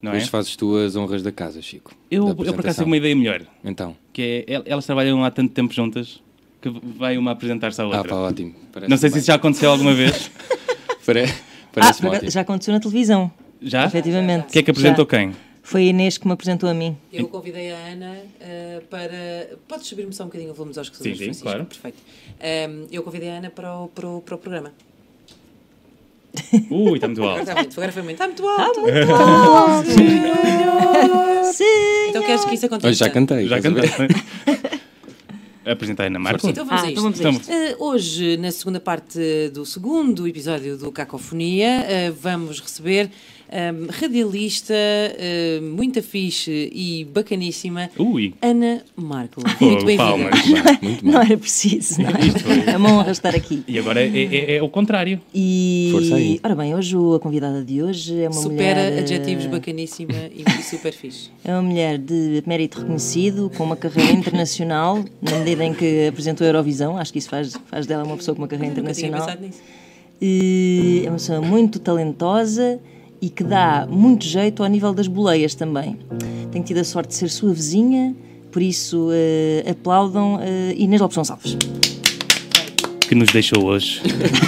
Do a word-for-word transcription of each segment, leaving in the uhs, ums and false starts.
não é? Hoje fazes tu as honras da casa, Chico. Eu, eu por acaso tive uma ideia melhor. Então. Que é, elas trabalham há tanto tempo juntas que vai uma apresentar-se à outra. Ah, pá, ótimo. Parece não sei bem. se isso já aconteceu alguma vez. Pare... Ah, já aconteceu na televisão. Já? Efetivamente. O que é que apresentou já. quem? Foi a Inês que me apresentou a mim. Eu convidei a Ana uh, para... Podes subir-me só um bocadinho, vamos aos que Sim, sim, claro. Perfeito. Um, eu convidei a Ana para o, para o, para o programa. Ui, está muito alto. Agora, muito, agora foi muito. Está muito alto. Está muito alto. Sim. Então queres que isso aconteça? Hoje já cantei. Já cantei. Apresentar a Ana Marco. Então vamos ah, a isto. então vamos a isto. Uh, hoje, na segunda parte do segundo episódio do Cacofonia, uh, vamos receber um, radialista, uh, muito fixe e bacaníssima, Ui. Ana Marco. Oh, Muito bem-vinda. palmas. Muito Não bem. era preciso, não é? É uma honra estar aqui. E agora é, é, é o contrário. E, Força aí. ora bem, hoje o- a convidada de hoje é uma Supera mulher... eh, adjetivos bacaníssima e super fixe. É uma mulher de mérito reconhecido, com uma carreira internacional, na medida em que apresentou a Eurovisão. Acho que isso faz, faz dela uma pessoa com uma carreira Nunca tinha internacional. pensado nisso. E é uma pessoa muito talentosa e que dá muito jeito ao nível das boleias também. Tenho tido a sorte de ser sua vizinha, por isso eh, aplaudam eh, Inês Lopes Gonçalves. Que nos deixou hoje.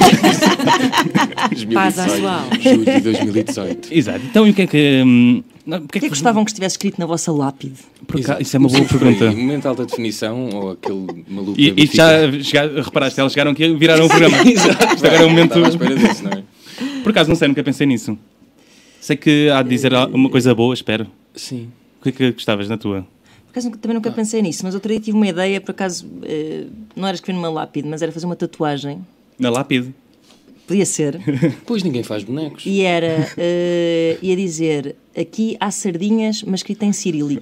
Paz à sua alma. Julho de dois mil e dezoito. Exato. Então, e o que é que... Hum, não, porque O que é que gostavam que estivesse escrito na vossa lápide? Por cá, isso é uma boa pergunta. Foi momento de alta definição ou aquele maluco E, da e já chega- reparaste, elas chegaram aqui e viraram o programa. Exato. Isto agora é o momento... Estava à espera disso, não é? Por acaso, não sei, nunca pensei nisso. Sei que há de dizer uma coisa boa, espero. Sim. O que é que gostavas na tua? Por acaso nunca- também nunca pensei nisso, mas outro dia tive uma ideia, por acaso, eh, não era escrever numa lápide, mas era fazer uma tatuagem. Na lápide. Podia ser. Pois ninguém faz bonecos. E era, eh, ia dizer, aqui há sardinhas, mas escrito em cirílico.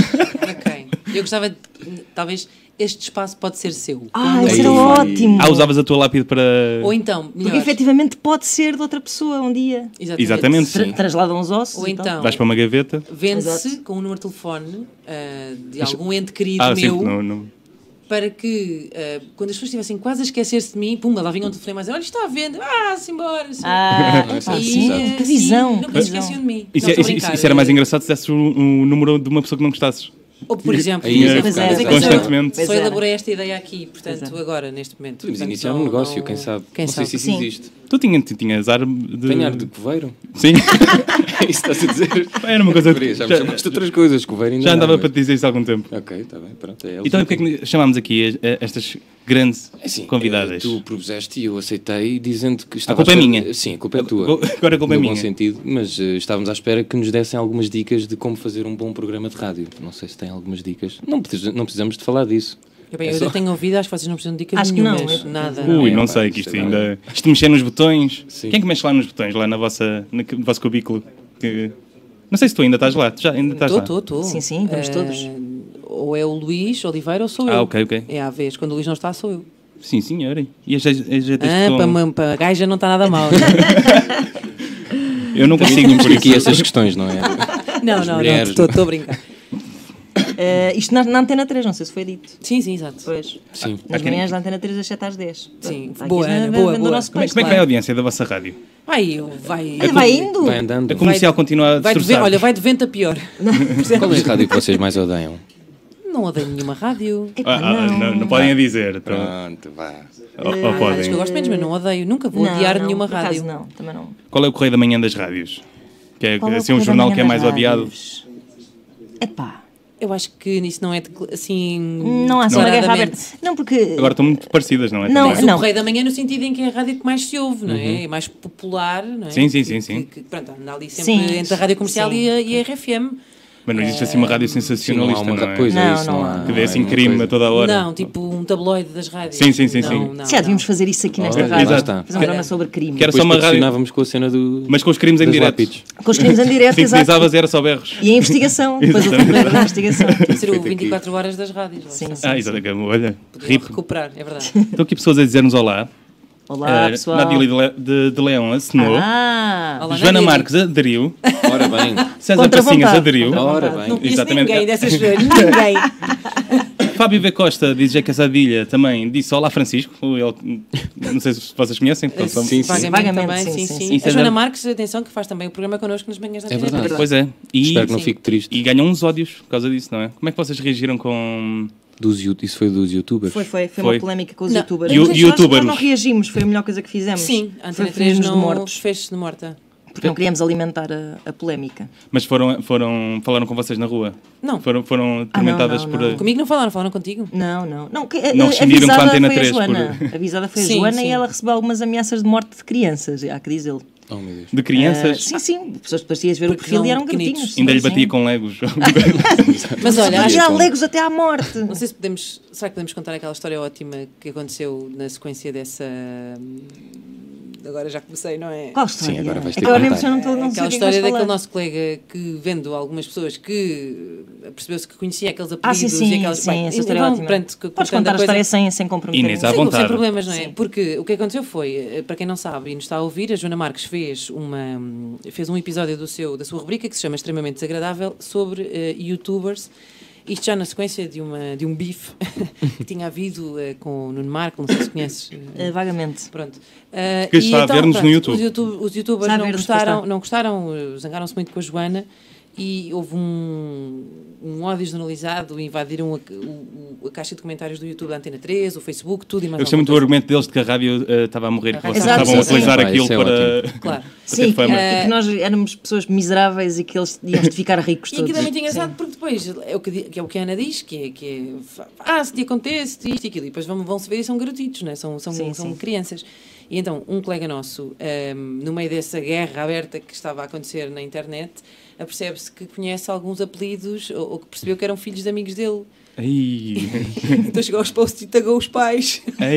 Ok. Eu gostava de... Talvez este espaço pode ser seu. Ah, isso Aí. era ótimo! Ah, usavas a tua lápide para... Ou então, Porque melhor. efetivamente pode ser de outra pessoa um dia. Exatamente. Exatamente. Tra Sim. Trasladam os ossos. Ou e tal. então, Vais para uma gaveta. vende-se Exato. com um número de telefone ah, de algum ente querido Ah, sim. meu, No, no... para que, ah, quando as pessoas estivessem quase a esquecer-se de mim, pumba, lá vinha um telefone mais, olha, está à venda, ah, simbora. Sim. Ah, Não, epá, sim, sim, exato. que visão. Sim, nunca que se visão. esqueciam de mim. Isso, Não, é- estou a isso- brincar. isso era mais engraçado se desse o, o número de uma pessoa que não gostasses. Ou, por exemplo, Aí, mas pois é- é, mas é que pois é. Constantemente. Pois só era. elaborei esta ideia aqui, portanto, Pois é. agora, neste momento. Podemos Portanto, iniciar não- um negócio, não- quem sabe. Quem não sei sabe? se isso Sim. existe. Tu tinhas, tinhas ar de... Tem ar de coveiro? Sim. É isso que estás a dizer? Era uma coisa... Já me chamaste de outras coisas, coveiro ainda Já andava não, para te dizer isso há algum tempo. mas- Ok, está bem, pronto. É Então, porque é que chamámos aqui a- a- estas grandes Assim, convidadas? eh, Tu propuseste e eu aceitei dizendo que estava culpa à é espera- minha. Sim, a culpa é tua. Agora a culpa é no minha. bom sentido, mas eh, estávamos à espera que nos dessem algumas dicas de como fazer um bom programa de rádio. Não sei se têm algumas dicas. Não, precis- não precisamos de falar disso. Eu, bem, É eu só- já tenho ouvido, acho que vocês não precisam de dicas Acho que não, nenhumas. é- Nada. Ui, É, não pá, sei, que isto isto agora- ainda... Isto de mexer nos botões... Sim. Quem é que mexe lá nos botões, lá na vossa, na, no vosso cubículo? Que... Não sei se tu ainda estás lá. Tu já ainda estás Estou, lá? estou, estou. Sim, sim, estamos Eh, todos. Ou é o Luís Oliveira ou sou eu. Ah, ok, ok. É à vez. Quando o Luís não está, sou eu. Sim, senhora. E as, as, as, as Ah, para, uma- para a gaja não está nada mal. Eu não consigo Temos por aqui isso. essas questões, não é? não, As não, não. mulheres, Estou não é? estou a brincar. Eh, isto na, na Antena três, não sei se foi dito. Sim, sim, exato. Pois. Sim. Nas Aqui- manhãs da Antena três, das sete às dez. Sim, Está boa, aqui a Ana, venda boa, do boa. nosso Como é, peixe, como é que vai a claro. audiência da vossa rádio? Vai, vai. Ah, vai indo? Vai andando. A comercial continua a Vai de destroçar. vento, olha, vai de vento a pior. Qual é a rádio que vocês mais odeiam? Não odeio nenhuma rádio. Epá, Ah, ah, não, não podem a dizer. Então. Pronto, vá. Ou, ou Há rádios podem. que eu gosto menos, mas não odeio. Nunca vou Não, odiar não, nenhuma por acaso rádio. Não, também não. Qual é o correio da manhã das rádios? Que é Qual é o assim um correio da jornal manhã que é das mais odiado. rádios? Epá, Eu acho que nisso não é de- assim. não há só uma guerra declaradamente. aberta. Não, porque... Agora estão muito parecidas, não é? Não, Também. Mas o não. Correio da Manhã no sentido em que é a rádio que mais se ouve, não é? É mais popular, não é? Sim, sim, Que- sim, sim. Que, que, pronto, anda ali sempre Sim, entre a rádio comercial sim. e a, e a R F M. Mas não existe assim uma rádio Sim, não há sensacionalista, uma... não é? Pois é Não, isso, não não há. há. Que dê não assim há crime coisa. a toda a hora. Não, tipo um tabloide das rádios. Sim, sim, sim, Não, sim. não, Se já devíamos não. fazer isso aqui nesta Olha, rádio. lá está. Fazer um programa sobre crime. Que era Depois só uma rádio- patrocinávamos com a cena do... Mas com os crimes em das direto. lápides. Com os crimes em direto, exato. Sintonizavas e era só berros. E a investigação, depois o complemento da investigação. Ser o Feito aqui. vinte e quatro horas das rádios. lá Sim, está. sim. Ah, exato. Olha, Podiam rip. recuperar, é verdade. Estão aqui pessoas a dizer-nos olá. Olá, Uh, pessoal. Nadili de, Le- de, de Leão assinou. Ah, Olá, Joana Nadili. Marques aderiu. Ora bem. César Contra Passinhas vontade. aderiu. Contra Ora vontade. bem. Não conheço Exatamente. ninguém dessas ninguém. Fábio V. Costa, D J Casadilha, também disse olá Francisco. Ele, não sei se vocês conhecem. Portanto, sim, sim. Vagamente, Vagamente, também, sim, sim, sim, sim. sim. A Joana Marques, atenção, que faz também o programa connosco nas manhãs da É Antena verdade. três. Pois é. E, Espero que não sim. fique triste. e ganham uns ódios por causa disso, não é? Como é que vocês reagiram com... Dos, you- isso foi dos youtubers? Foi, foi, foi, Foi. uma polémica com os Não. youtubers. E o- Mas nós- youtubers. Nós não reagimos, foi a melhor coisa que fizemos. Sim, a foi Antena três ferir-nos de não mortos, fez-se de morta. porque não queríamos alimentar a, a polémica. Mas foram, foram, falaram com vocês na rua? Não. Foram, foram Ah, não, atormentadas não, por... não. Comigo não falaram, falaram contigo. Não, não. Não, que, a- Não a- rescindiram com a avisada Antena foi a três Joana. por- Avisada foi a Sim, Joana sim. e ela recebeu algumas ameaças de morte de crianças, há que dizê-lo. Oh, meu Deus. De crianças? Ah, sim, sim. Pessoas depois ias ver Porque o perfil são e eram pequenitos. garotinhos. Ainda sim, lhe batia sim. com legos. Mas olha, Mas acho, há com- legos até à morte. não sei se podemos. Será que podemos contar aquela história ótima que aconteceu na sequência dessa. Agora já comecei, não é? Qual história? Sim, agora vais ter que Agora mesmo contar. já não estou não sei Aquela o que é que história vais daquele falar. nosso colega que, vendo algumas pessoas que eh, percebeu-se que conhecia aqueles Ah, sim, apelidos e sim, aquelas. sim, Bem, essa história é vão, ótima. pronto, que- Podes contando contar a coisa- história sem, sem comprometer. Inês, à Sim, vontade. sem problemas, não é? Sim. Porque o que aconteceu foi, eh, para quem não sabe e nos está a ouvir, a Joana Marques fez, uma, fez um episódio do seu, da sua rubrica que se chama Extremamente Desagradável sobre eh, youtubers. Isto já na sequência de, uma, de um bife que tinha havido eh, com o Nuno Marco, não sei se conheces. eh, Ah, vagamente. Pronto. Uh, Que está e a ver-nos no YouTube. Os, YouTube, os youtubers Está a não ver-nos, gostaram, pois está. não gostaram, uh, zangaram-se muito com a Joana e houve um, um ódio generalizado, invadiram a, o- o- a caixa de comentários do YouTube da Antena três, o Facebook, tudo e mais Eu gostei muito do alguma argumento deles de que a rádio eh, estava a morrer, que vocês Exato, estavam a sim, utilizar sim. aquilo Isso é para, ótimo. Claro. para Sim, ter fama. e que nós éramos pessoas miseráveis e que eles iam ficar ricos E todos. aquilo é muito engraçado Sim. porque depois é o que, di- que é o que a Ana diz, que é, que é fa- ah, se te acontece isto e aquilo, e depois vão, vão se ver e são garotitos, não é? são, são, Sim, são sim. crianças. E então, um colega nosso, um, no meio dessa guerra aberta que estava a acontecer na internet, apercebe-se que conhece alguns apelidos, ou, ou que percebeu que eram filhos de amigos dele. Ei, Então chegou aos posts e tagou os pais. ei.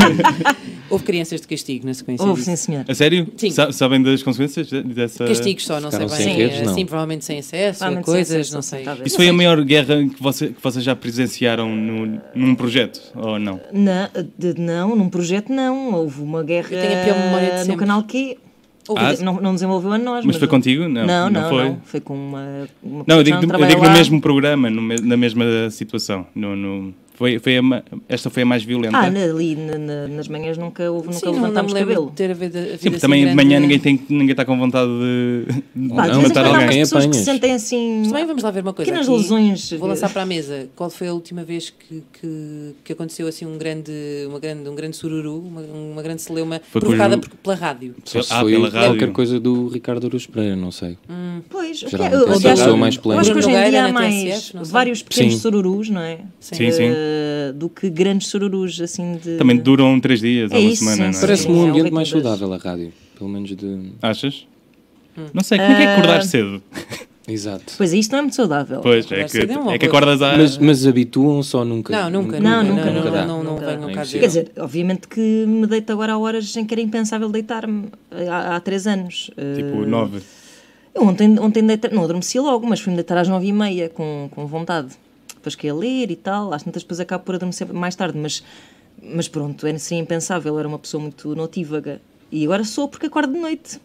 Houve crianças de castigo na sequência Houve, disso. sim, senhor. A sério? Sim. Sa- sabem das consequências de- dessa... Castigos só, não sei Ficaram bem. sem redes, não. Sim, provavelmente sem acesso a Provavelmente sem coisas, acesso, não sim, sei. talvez. Isso foi a maior guerra que, você, que vocês já presenciaram no, num projeto, ou não? Na- de- não, num projeto não. Houve uma guerra Eu tenho a pior memória de no sempre. canal Q. Houve- Ah, não, não desenvolveu a nós. Mas foi contigo? Não, Não, não não, foi. não. Foi com uma. uma Não, eu pessoa digo, que eu trabalha digo no lá. mesmo programa, no me- na mesma situação. No, no- foi, foi a ma- esta foi a mais violenta. Ah, na- ali na- na- nas manhãs nunca houve, nunca Sim, não, não levantámos me lembro cabelo. de ter a vida, a vida Sim, assim também de grande. manhã ninguém, tem, ninguém está com vontade de, de Pá, de Não, vez em matar quando há alguém. umas Quem pessoas que apanhas? se sentem assim. Mas também vamos lá ver uma coisa. Pequenas aqui. lesões. Vou lançar para a mesa. Qual foi a última vez que, que, que aconteceu assim um grande, uma grande, um grande sururu, uma, uma grande celeuma Foi provocada cujo- por- pela rádio? Só se Ah, foi pela rádio. qualquer coisa do Ricardo Aruz Pereira, não sei. Pois, o que é- Geralmente eu- essa aliás, pessoa mais eu acho que polémica. hoje em dia Nogueira há na mais T S F, não sei. vários pequenos Sim. sururus, não é? Sim, sim. Eh, do que grandes sururus, assim de. Também duram três dias É ou uma isso, semana, sim, não é? sim. Parece-me um é o ambiente ritmo mais das- saudável a rádio. Pelo menos de. Achas? Não sei, como é que é acordar Ah, cedo? Exato. Pois isto não é muito saudável. Pois, é acordar que, cedo é um é que horror. acordas à... Mas, mas habituam só nunca. Não, nunca, Não, nunca, nunca, não, nunca dá. não, não, não Nunca. venham Não é cá impossível. Quer dizer. dizer, obviamente que me deito agora a horas em que era impensável deitar-me há, há três anos. Tipo, Eh, nove. Eu ontem, ontem deitei, não adormeci logo, mas fui-me deitar às nove e meia com, com vontade. Depois que ia ler e tal, às tantas depois acabo por adormecer mais tarde, mas, mas pronto, era assim impensável, eu era uma pessoa muito notívaga. E agora sou porque acordo de noite.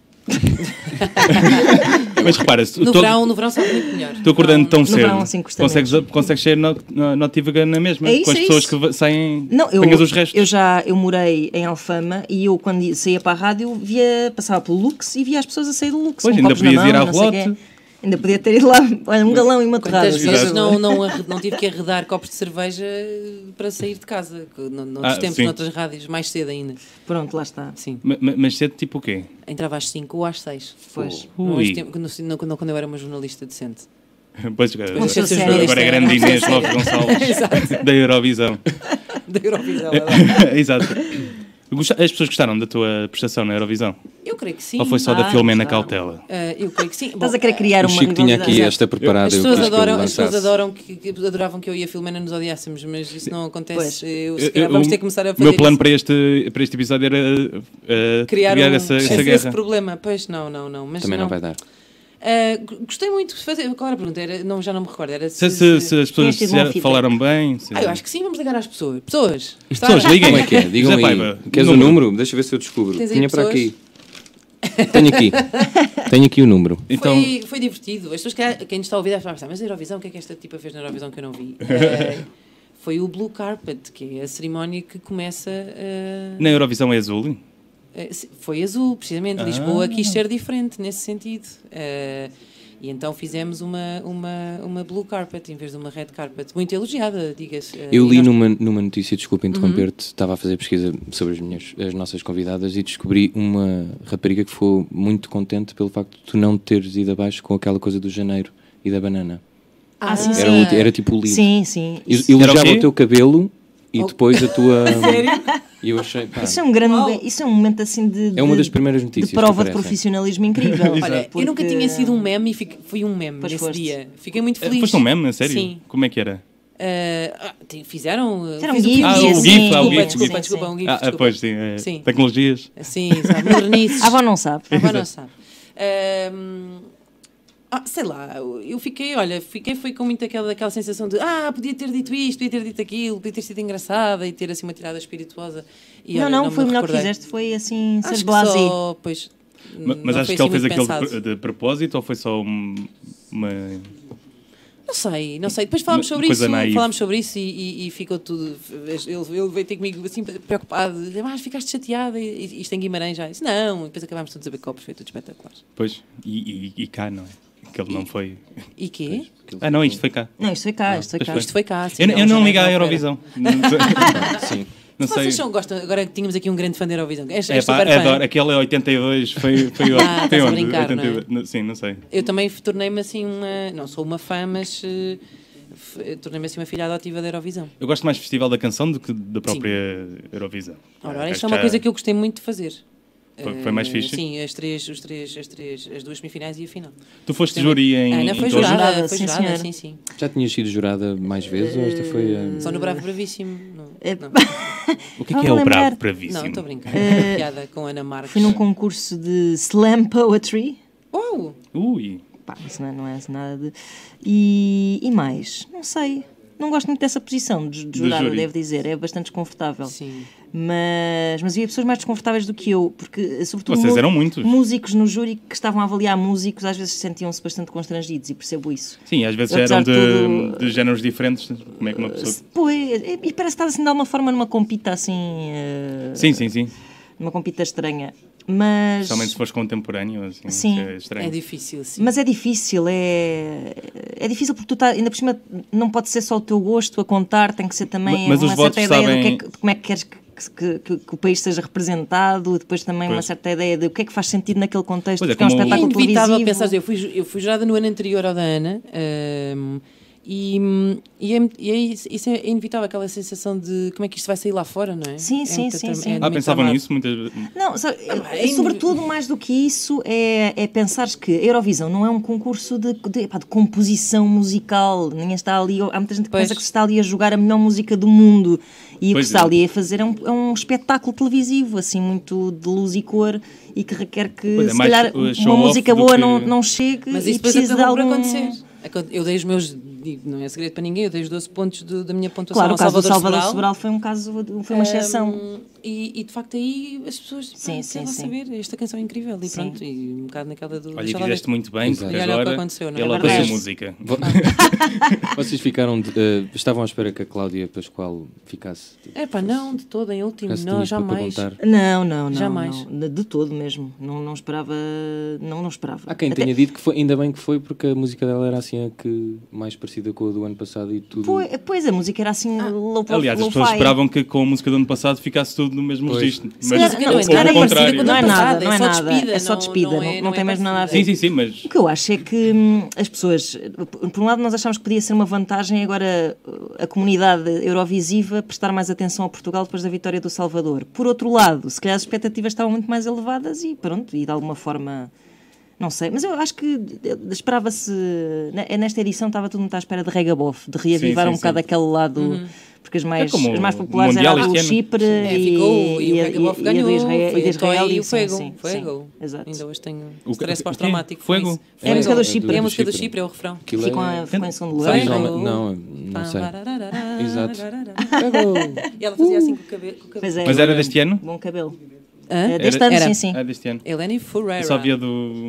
Mas repara, se No tu, verão, no verão sabe muito melhor. tu acordando tão No cedo, verão, assim, custa consegues, menos. consegues ser no- no- notívaga na mesma, É isso, com as é pessoas isso. que va- saem, Não, eu, apanhas os restos. eu já eu morei em Alfama e eu, quando ia- saía para a rádio, via, passava pelo Lux e via as pessoas a sair do Lux. Pois, com ainda copos na podias ir mão, à não sei relote. quê. Ainda podia ter ido lá, olha, um galão e uma torrada. Quantas sabe? vezes Exato. não, não, arre- não tive que arredar copos de cerveja para sair de casa? Que No, noutros Ah, tempos, sim. noutras rádios, mais cedo ainda. Pronto, lá está. Sim. Ma- ma- Mas cedo tipo o quê? Entrava às cinco ou às seis. Pois. No, Ui. tempo- no, no, quando eu era uma jornalista decente. Pois, Uma agora pessoa ser séria. jornalista. agora é grande Inês Lopes Gonçalves da Eurovisão. Da Eurovisão, é verdade. Exato. Gosta- As pessoas gostaram da tua prestação na Eurovisão? Eu creio que sim. Ou foi só da Ah, Filomena gostaram. Cautela? Ah, eu creio que sim. Estás Bom, a querer criar O uma Chico tinha rivalidade. aqui esta preparada. As eu pessoas, quis que ele adoram, as pessoas lançasse. adoram que, que adoravam que eu e a Filomena nos odiássemos, mas isso não acontece. Pois. Eu, se Eu- calhar eu- vamos o ter que começar a O fazer meu plano isso. para este, para este episódio era uh, criar, criar um, essa, essa esse, guerra. problema. Pois não, não, não. Mas Também não vai dar. Ah, g- gostei muito de fazer. Qual era a pergunta? Era, não, já não me recordo. Era Se, se- se as pessoas Tinhas tido um se feedback. falaram bem. Se... Ah, eu acho que sim, vamos ligar às pessoas. Pessoas, está- Pessoas, liguem. Como é que é? Digam José aí. Paiva, Queres o número? Deixa eu ver se eu descubro. Tens aí Tinha para pessoas? aqui. Tenho aqui. Tenho aqui o número. Então, Foi, foi divertido. As pessoas, que- quem nos está a ouvir, deve pensar, mas a Eurovisão, o que é que esta tipa fez na Eurovisão que eu não vi? Eh, foi o Blue Carpet, que é a cerimónia que começa... Uh, Na Eurovisão é azul? uh, foi azul, precisamente. Ah. Lisboa quis ser diferente nesse sentido. Uh, e então fizemos uma, uma, uma Blue Carpet em vez de uma Red Carpet. Muito elogiada, diga-se. Uh, Eu li nós... numa, numa notícia, desculpa interromper-te, estava a fazer pesquisa sobre as, minhas, as nossas convidadas e descobri uma rapariga que ficou muito contente pelo facto de tu não teres ido abaixo com aquela coisa do janeiro e da banana. Ah, sim, Era, sim. o- era tipo o livro. Sim, sim. E- Isso, Elogiava Era o quê? o teu cabelo e Oh. depois a tua... Sério? E eu achei... pá, isso é um grande... Uau. Isso é um momento assim de... é uma de- das primeiras notícias de prova que de aparecem. profissionalismo incrível. Olha, eu nunca porque- tinha sido um meme e fiquei- fui um meme Pois nesse foste. dia. Fiquei muito Eh, feliz. Foste um meme, a sério? Sim. Como é que era? Uh, ah, tem- fizeram. uh, Fizeram fiz o GIFs filme. Ah, o e GIF, assim, ah, o Desculpa, GIF, desculpa, sim, desculpa, um GIF. Ah, ah, desculpa. pois, sim. é, Sim. Tecnologias. Sim, exato. Modernices. A avó não sabe. A avó não sabe. Ahm, ah, sei lá, eu fiquei, olha, fiquei foi com muito aquela, aquela sensação de ah, podia ter dito isto, podia ter dito aquilo, podia ter sido engraçada e ter assim uma tirada espirituosa. E, Não, olha, não, me foi o melhor que recordei. fizeste. Foi assim, Acho seres que blasé. só, pois, Ma- Mas não achas foi que ele assim fez muito aquilo pensado. de, de propósito ou foi só um- uma. Não sei, não sei. Depois falámos Uma sobre coisa isso, naive. falámos sobre isso e, e- e ficou tudo. Ele, ele veio ter comigo assim preocupado. Mas ficaste chateada e, e isto em Guimarães já. Eu disse, não, e depois acabámos todos a beber copos, foi tudo espetacular. Pois, e, e, e cá, não é? Que ele não foi. E quê? Ah, não, isto foi cá. Não, isto foi cá, isto foi pois cá. foi. Isto foi cá. sim, Eu, eu não já ligo à não era. Eurovisão. Não sei. Sim. Não sei. Vocês são, gostam, agora que tínhamos aqui um grande fã da Eurovisão. És, É és pá, super fã. adoro. Aquele é oitenta e dois, foi, foi, Ah, foi estás a onde? brincar, oitenta e dois. não é? Não, sim, não sei. Eu também tornei-me assim uma. Não sou uma fã, mas. eh, f- tornei-me assim uma filha adotiva da Eurovisão. Eu gosto mais do Festival da Canção do que da própria Eurovisão. Ora, Acho ora, isto é que uma já- coisa que eu gostei muito de fazer. Foi- foi mais Eh, fixe? Sim, as três, os três, as três, as duas semifinais e a final. Tu foste Gostei júri muito. em. Ana em foi todos? jurada, Jurada, foi sim, jurada, senhora. sim, sim. Já tinhas sido jurada mais vezes ou esta foi... a- Só no Bravo Bravíssimo. Não, É- não. O que é que é Vou o lembrar. bravo bravíssimo? Não, estou a brincar. É piada com Ana Marques. Fui num concurso de slam poetry. Oh! Ui. Pá, isso não é, não é nada de... E, e mais? Não sei. Não gosto muito dessa posição de, de jurada, júri. devo dizer. É bastante desconfortável. Sim. Mas, mas havia pessoas mais desconfortáveis do que eu, porque, sobretudo, Vocês mu- eram muitos. músicos no júri que estavam a avaliar músicos, às vezes sentiam-se bastante constrangidos, e percebo isso. Sim, às vezes Eu, eram apesar de, de tudo- de géneros diferentes. Como é que uma pessoa. Pois, e e parece que estás assim de alguma forma numa compita assim. eh, Sim, sim, sim. numa compita estranha. Mas. Especialmente se fores contemporâneo. Assim, Sim. É estranho. É difícil, sim. Mas é difícil, é, é difícil porque tu tá, ainda por cima não pode ser só o teu gosto a contar, tem que ser também Ma- mas uma os certa votos ideia sabem- do que é que, de como é que queres que, que, que- que o país seja representado, depois também uma Pois. certa ideia de o que é que faz sentido naquele contexto, Pois é, porque é um como- É espetáculo inevitável televisivo. pensar, eu fui, ju- eu fui jurada no ano anterior ao da Ana ahm, e, e, é, e é isso, isso é inevitável, aquela sensação de como é que isto vai sair lá fora, não é? Sim, É sim, muito sim, tra- sim. é Ah, muito pensavam amado. nisso muitas vezes. Não, sabe, é in- sobretudo mais do que isso é, é pensares que a Eurovisão não é um concurso de, de, epá, de composição musical, ninguém está ali, há muita gente que Pois. pensa que se está ali a jogar a melhor música do mundo e o que Pois se está é. ali a fazer é um, é um espetáculo televisivo, assim, muito de luz e cor e que requer que Pois é, se mais, calhar uh, uma show-off música do boa que- não, não chegue Mas e isso depois precise de acabou algum... por acontecer. Acon- Eu dei os meus, digo, não é segredo para ninguém, eu dei os doze pontos do- da minha pontuação Claro, ao o caso do Salvador, Salvador Sobral. Sobral foi um caso, foi uma exceção. Um, e, e de facto aí as pessoas Sim, pá, sim, querem lá sim. saber, esta canção é incrível e Sim. pronto, e um bocado naquela do... Olha, e deixa lá fizeste ver. muito bem, Exato. porque E olha o que agora aconteceu, não é? ele Verdade. adora música. Vo- Vocês ficaram... de- eh, estavam à espera que a Cláudia Pascoal ficasse... tipo, É pá, não, de todo, em último, ficasse não, nisto para jamais. perguntar. Não, não, não. Jamais. não. De, de todo mesmo. Não, não esperava. Não, não esperava. Há quem Até- tenha dito que foi, ainda bem que foi, porque a música dela era assim a que mais parecida com a do ano passado e tudo... Pois, pois, a música era assim low pro- Aliás, as lo-fi. pessoas esperavam que com a música do ano passado ficasse tudo no mesmo Pois. registro. Se Mas calhar- houve não, o se calhar é contrário. parecido, não é Não nada, é não é só nada. despida, É só não- despida, não não, é- não não é tem mesmo nada a ver. Sim, sim, sim, mas O que eu acho é que hum, as pessoas, por um lado, nós achámos que podia ser uma vantagem agora uh, a comunidade eurovisiva prestar mais atenção a Portugal depois da vitória do Salvador. Por outro lado, se calhar as expectativas estavam muito mais elevadas e pronto, e de alguma forma. Não sei, mas eu acho que eh, esperava-se. ne- Nesta edição estava tudo muito à espera de Regabof, de reavivar Sim, sim, um bocado sim. aquele lado. Porque as mais, É como as mais o populares Mundial eram a do este ano. Chipre É, e, ficou, e, e, o a- Regabof e a ganhou, do Israel, foi e de a Toy Israel e e o sim, Fuego. sim, Fuego. sim, exato. Ainda hoje tenho O que- stress o quê? pós-traumático. Fuego? com isso. É a música do É Chipre. É a música do Chipre. Chipre, é o refrão. Aquilo Ficam, é- a, ficam em segundo Sabes, lugar. não, não, não sei. Exato. Pegou. E ela fazia assim com o cabelo. com o cabelo. Pois é, Mas era deste ano? Bom cabelo. Hã? É deste Era- ano, era. sim, sim. Ah, deste ano. Eleni Ferreira. Eu só via do.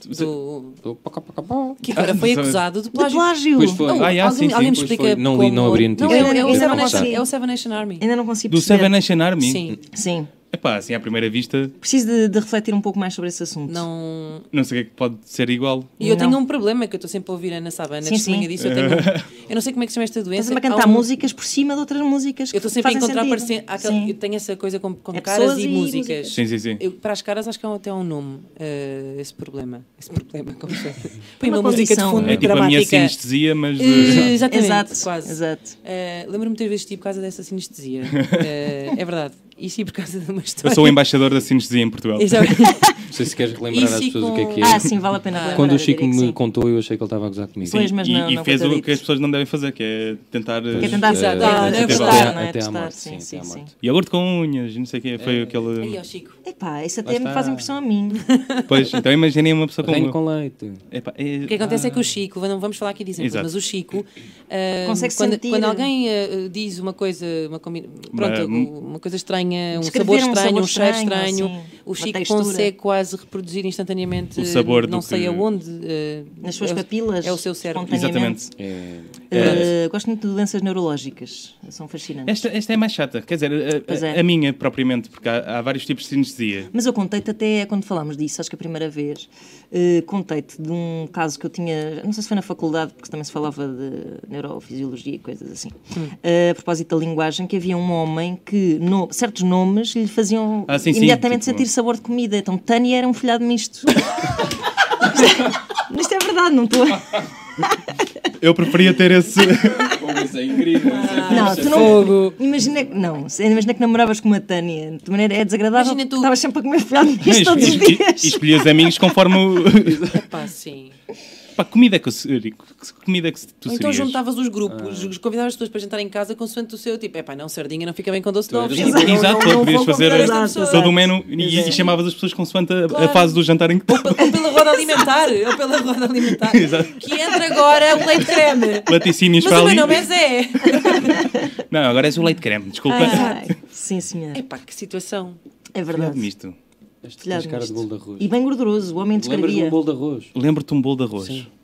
do, Do pá, pá, pá, pá. que agora foi acusado de De plágio. plágio! Pois foi. Oh, Ah, yeah, alguém, sim, sim, alguém me pois explica foi. Não li- como... não abri a Não, notícia. é, é, o Ainda não Seven consegui. Nation, é o Seven Nation Army. Ainda não consigo Do perceber. Seven Nation Army? Sim. Sim. Epá, assim à primeira vista, Preciso de, de refletir um pouco mais sobre esse assunto. Não... não sei o que é que pode ser igual. E eu Não. tenho um problema, que eu estou sempre a ouvir a Ana Saba, Ana Sim, testemunha sim. disso. Eu, tenho, eu não sei como é que se chama esta doença. Estás-me a Há cantar um- músicas por cima de outras músicas que Eu estou sempre a fazem encontrar sentido. parecen- há aquele- Sim. Eu tenho essa coisa com, com É caras pessoas e e músicas. músicas. Sim, sim, sim. Eu, para as caras acho que há até um nome, eh, esse problema. Esse problema, como se chama? Põe Uma uma música de condição. fundo É tipo a minha dramática. sinestesia, mas de... Eh, Exatamente, Exato, quase. exato. Eh, Lembro-me de ter visto por causa dessa sinestesia. Eh, é verdade. E sim, por causa de uma história. eu sou o embaixador da sinestesia em Portugal. Exato. Não sei se queres relembrar E às pessoas o que é que é. Ah, sim, vale a pena relembrar, Quando o eu Chico diria que me sim. contou, eu achei que ele estava a gozar comigo. Pois, mas e, não- e não fez o contadito. que as pessoas não devem fazer, que é tentar... Que é tentar Exato. ah, Ah, testar, até- não é? até à Testar, morte, sim, sim, sim, até à sim. morte. Iogurte com unhas, não sei o quê. Foi aquele... Aí, ó Chico. Epá, isso Lá até me está. faz impressão a mim. Pois, então imaginei uma pessoa como Reino eu. com leite. Epá, é- O que acontece é que o Chico, não vamos falar aqui de exemplo, Exato. mas o Chico, ah, Consegue quando, sentir- quando alguém ah, diz uma coisa, uma, combi- pronto, Uma- uma coisa estranha, um Descrever sabor um estranho, sabor um cheiro estranho, estranho, assim, o uma Chico textura. consegue quase reproduzir instantaneamente, O sabor não do sei que- aonde. ah, Nas suas é o- papilas. É o seu cérebro. espontaneamente. Exatamente. É, Uh, gosto muito de doenças neurológicas. São fascinantes. Esta, esta é mais chata, quer dizer, Pois a, é. a, a minha propriamente, porque há, há vários tipos de sinestesia. Mas eu contei-te até quando falámos disso, acho que a primeira vez, uh, contei-te de um caso que eu tinha, não sei se foi na faculdade, porque também se falava de neurofisiologia e coisas assim, Hum. uh, a propósito da linguagem, que havia um homem que no, certos nomes lhe faziam Ah, sim, sim, imediatamente tipo- sentir sabor de comida. Então Tânia era um folhado misto. Isto é verdade, não estou a... Eu preferia ter esse. Isso é incrível. Não, tu não. Fogo. Imagina, que- não, imagina que namoravas com uma Tânia. De maneira é desagradável. Imagina tu- porque Estavas sempre a comer folhado Não, misto todos os e- e- dias. e escolhi os amigos conforme o. Epá, sim. Pá, comida é que eu seria. Que comida é que tu Ou então serias? juntavas os grupos, convidavas as pessoas para jantar em casa consoante o seu tipo, epá, não, sardinha não fica bem com doce de ovos. Exato. Tipo, Exato, não- não podias vão fazer convidar esta pessoa. todo o menu e, Exato. e chamavas as pessoas consoante a, a Claro. fase do jantar em que Ou, pe- ou pela roda alimentar, ou pela roda alimentar. Exato. Que entra agora o leite creme. laticínios Mas para o ali. meu nome é Zé. Não, agora és o leite creme, desculpa. Ai, sim, senhor. Epá, que situação. É Olha verdade. misto. Este Folhado tens cara de misto. bolo de arroz. E bem gorduroso, o homem Lembras de um descrevia. bolo de arroz? Lembro-te um bolo de arroz. Sim.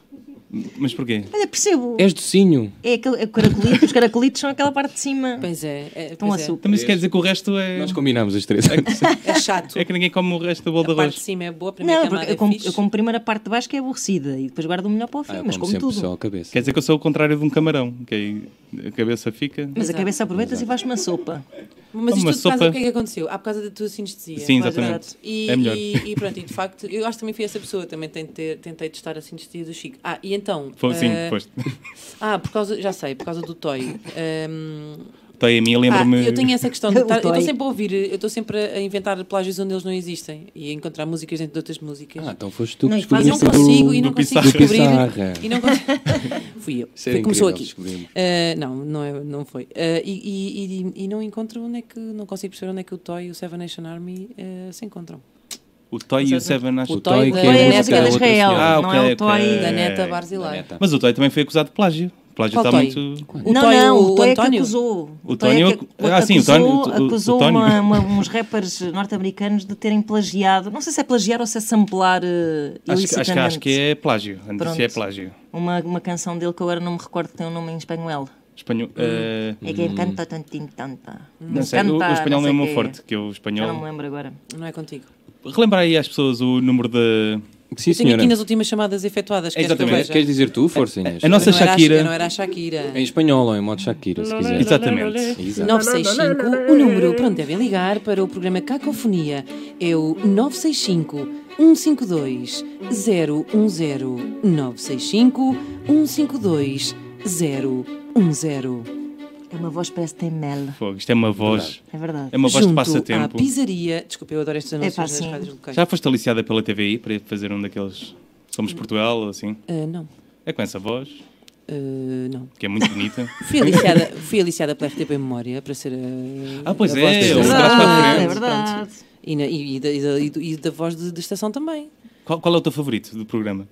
Mas porquê? Olha, percebo. És docinho. É aquele, é o caracolito, os caracolitos são aquela parte de cima. Pois é, é, Com pois é. açúcar. Também isso quer dizer que o resto é. Nós combinamos as três. É chato. É que ninguém come o resto do bolo de A parte arroz. de cima é boa, a primeira Não, camada porque eu é como, fixe. eu como primeiro a parte de baixo que é aborrecida e depois guardo o melhor para o fim, Ah, eu mas como como sempre tudo. só a cabeça. Quer dizer que eu sou o contrário de um camarão, que aí a cabeça fica. Mas a Exato. cabeça aproveitas e faz uma sopa. Mas isto Uma tudo por causa sopa- do que é que aconteceu? Ah, por causa da tua sinestesia. Sim, Pois, exatamente. exato. E, É melhor. e, e pronto, e de facto, eu acho que também fui essa pessoa, também tentei, tentei testar a sinestesia do Chico. Ah, e então... Foi, sim, eh, foste. Ah, por causa, já sei, por causa do Toy. Um, Então, a mim ah, lembro-me. eu tenho essa questão de O estar, eu estou Toy. sempre a ouvir, eu estou sempre a inventar plágios onde eles não existem e a encontrar músicas dentro de outras músicas. Ah, então foste tu que Não, e Mas não descobriste consigo do- e não do consigo Pissarra. descobrir. Do Pissarra. E não consigo. Fui eu. Isso era Foi, começou incrível, aqui. descobrimos. Uh, não, não, é, não foi. Uh, e, e, e, e não encontro onde é que. Não consigo perceber onde é que o Toy e o Seven Nation Army uh, se encontram. O Toy e o Seven acho O O Toy Toy da- que Toy é a é música de outra Israel, senhora. Ah, não ok, é o ok. Toy. Da Neta Da Barzilar. neta. Mas o Toy também foi acusado de plágio. O plágio Qual está Toy? muito. O não, Toy, não, o o Toy é que António? acusou. O Toy é Tónio- que ah, sim, o acusou, Tónio- o- o acusou Tónio. uma- uma- uns rappers norte-americanos de terem plagiado, não sei se é plagiar ou se é samplar uh, Acho, que- ilicitamente. acho, que, acho que é plágio. Antes Pronto. é plágio. uma, uma canção dele que agora não me recordo que tem um nome em espanhol. Espanhol. eh, É que canta tantin tanta. não sei, o, o espanhol não é o meu forte, que é o Já não me espanhol. lembro agora. Não é contigo. Relembra aí às pessoas o número de. Sim, Eu tenho senhora. aqui nas últimas chamadas efetuadas. Queres que eu Exatamente. veja? Queres dizer tu, força, Inês? A nossa Eu não era a- Shakira. Eu não era a Shakira. Em espanhol ou em modo Shakira, se quiser. Exatamente. Exato. nove seis cinco, o número para onde devem ligar para o programa Cacofonia é o nove seis cinco, um cinco dois, zero um zero. nove seis cinco, um cinco dois, zero um zero. É uma voz que parece que tem mel. Fogo, isto é uma voz. É verdade. É uma voz de Junto à passatempo. pizzaria... Desculpa, eu adoro estes anúncios Epá, nas sim. rádios locais. Já foste aliciada pela T V I para fazer um daqueles. Somos Portugal ou assim? Ah, não. É com essa voz, Ah, não. que é muito bonita. Fui aliciada, fui aliciada pela F T P Memória para ser a. Ah, pois a é, voz da é estação. verdade, para a É frente. verdade. E, na- e- e da, e da- e do- e da voz de, de estação também. Qual, qual é o teu favorito do programa?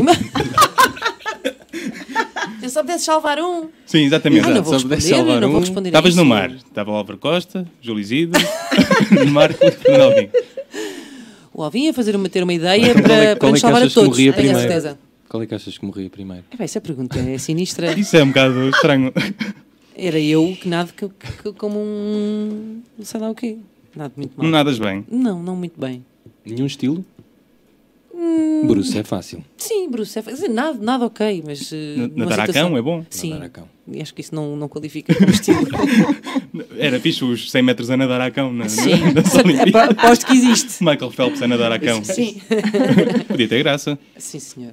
Eu só pudesse salvar um. Sim, exatamente. Ah, não vou Só pudesse responder, salvar não vou um. responder a Estavas isso. no mar. Estava o Álvaro Costa, Júlio Isidro, Marco e Fernando Alvim. O Alvin a fazer uma, ter uma ideia Qual é- para, para qual é nos que salvar a achas que todos. morria É a primeiro? certeza. Qual é que achas que morria primeiro? É bem, essa pergunta é sinistra. Isso é um bocado estranho. Era eu que nada que, que- como um. Não sei lá o quê. Nada muito mal. Não nadas bem. Não, não muito bem. Nenhum estilo? Hum. Bruce é fácil. Sim, Bruce, é, fa- quer dizer, nada, nada ok, mas. eh, Na- numa Nadar a situação- cão é bom. Sim, Nadar a cão. e acho que isso não, não qualifica como estilo. Era fixe os cem metros a nadar a cão na, Sim, nas Olimpíadas. Apo- aposto que existe. Michael Phelps a nadar a cão. Sim. Podia ter graça. Sim, senhor.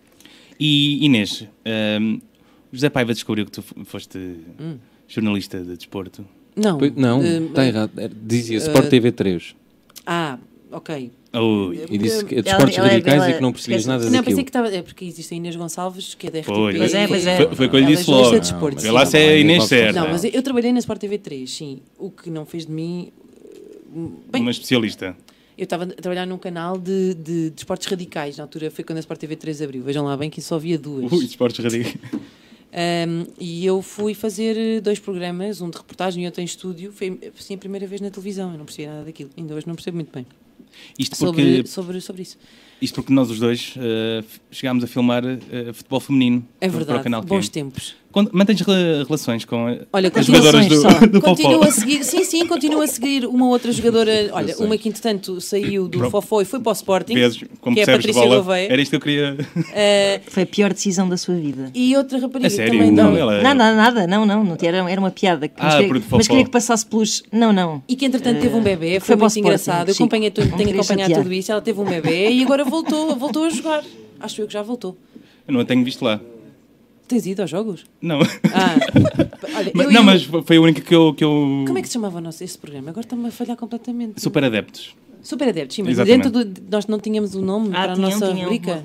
E Inês, hum, o José Paiva descobriu que tu f- foste Hum. jornalista de desporto. Não. Pois- Não, eh, está errado. Era- Dizia Sport T V três. Ah, ok. Ui. E disse que é de Ela- esportes ela é- radicais ela- e que não percebias esquece. nada Não, daquilo. pensei que estava. É porque existe a Inês Gonçalves, que é da R T P. Pois. Pois é, pois é. Foi, foi o que eu lhe Ela é disse logo. jornalista de desporto, Vê sim. lá se é a Inês Não, certa. Não, mas eu, eu trabalhei na Sport T V três, sim. O que não fez de mim. eh, Bem, Uma especialista. eu estava a trabalhar num canal de, de, de esportes radicais. Na altura foi quando a Sport T V três abriu. Vejam lá bem que só havia duas. Ui, esportes radicais. Um, e eu fui fazer dois programas, um de reportagem e outro em estúdio. Foi assim, a primeira vez na televisão. Eu não percebia nada daquilo. Ainda hoje não percebo muito bem Isto porque, sobre, sobre, sobre isso. isto porque nós os dois uh, f- chegámos a filmar uh, futebol feminino É para o verdade. canal Q. Bons tempos. Quando, mantens re- relações com uh, Olha, as continua- jogadoras do, só. do Fofó? Continuo a seguir, sim, sim, continuo a seguir uma outra jogadora. Olha, sei. uma que entretanto saiu do Pronto. Fofó e foi para o Sporting, Vezes, como que é a percebes de Patrícia bola, Gouveia. era isto que eu queria. Eh, Foi a pior decisão da sua vida. e outra rapariga É sério? também. Não, da- ela- Nada, nada, não, não, não era, era uma piada. Mas, Ah, queria, por de mas fofó. queria que passasse pelos. Não, não. E que entretanto teve um bebê, foi foi para o muito Sporting, engraçado. Eu Chico. acompanhei tudo, Não tenho queria acompanhado chatear. tudo isso. Ela teve um bebê e agora voltou, voltou a jogar. Acho eu que já voltou. Eu não a tenho visto lá. Tens ido aos jogos? Não. Ah, olha, Mas- eu e não, o- mas foi a única que eu. Que eu... Como é que se chamava o nosso, esse programa? Agora está-me a falhar completamente. Super adeptos. Super Adeptos, sim, mas Exatamente. dentro do, nós não tínhamos o nome Ah, para a tinham, nossa tinham. rubrica.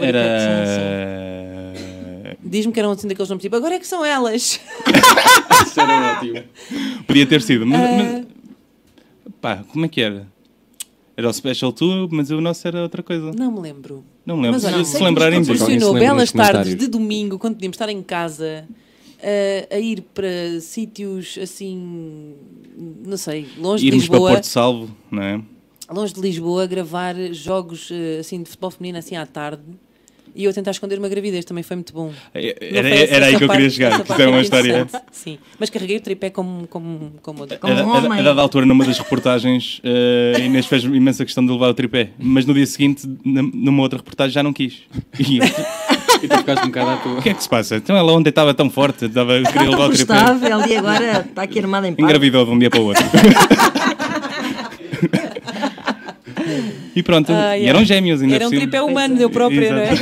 Era. Diz-me que eram assim daqueles nomes tipo, agora é que são elas. Isso era ótimo. Podia ter sido. Mas, Ah. mas- Pá, como é que era? Era o Special Tour, mas o nosso era outra coisa. Não me lembro. Não me lembro. Mas olha, se sei se que lembrarem nos disso. proporcionou Alguém se lembra belas nos tardes comentários? de domingo, quando podíamos estar em casa, a, a ir para sítios assim, não sei, longe de Irmos para Lisboa. Porto Salvo, não é? Longe de Lisboa, gravar jogos eh, assim de futebol feminino assim à tarde. E eu a tentar esconder uma gravidez, também foi muito bom. Não Era, foi essa- era aí essa que eu parte- queria chegar, essa que isto parte é uma muito história. interessante. Sim, mas carreguei o tripé como, como, como outra. Como A, um a, homem. a dada altura, numa das reportagens, uh, Inês fez imensa questão de levar o tripé, mas no dia seguinte, na- numa outra reportagem, já não quis. E E tu ficaste um bocado à o toa. que é que se passa? Então ela ontem estava tão forte, estava, queria Está levar tão o tripé. prestável e agora está aqui armada em paz. Engravidou de um dia para o outro. E pronto, Ah, e yeah. eram gêmeos ainda Era um por cima. tripé humano, eu próprio, não é?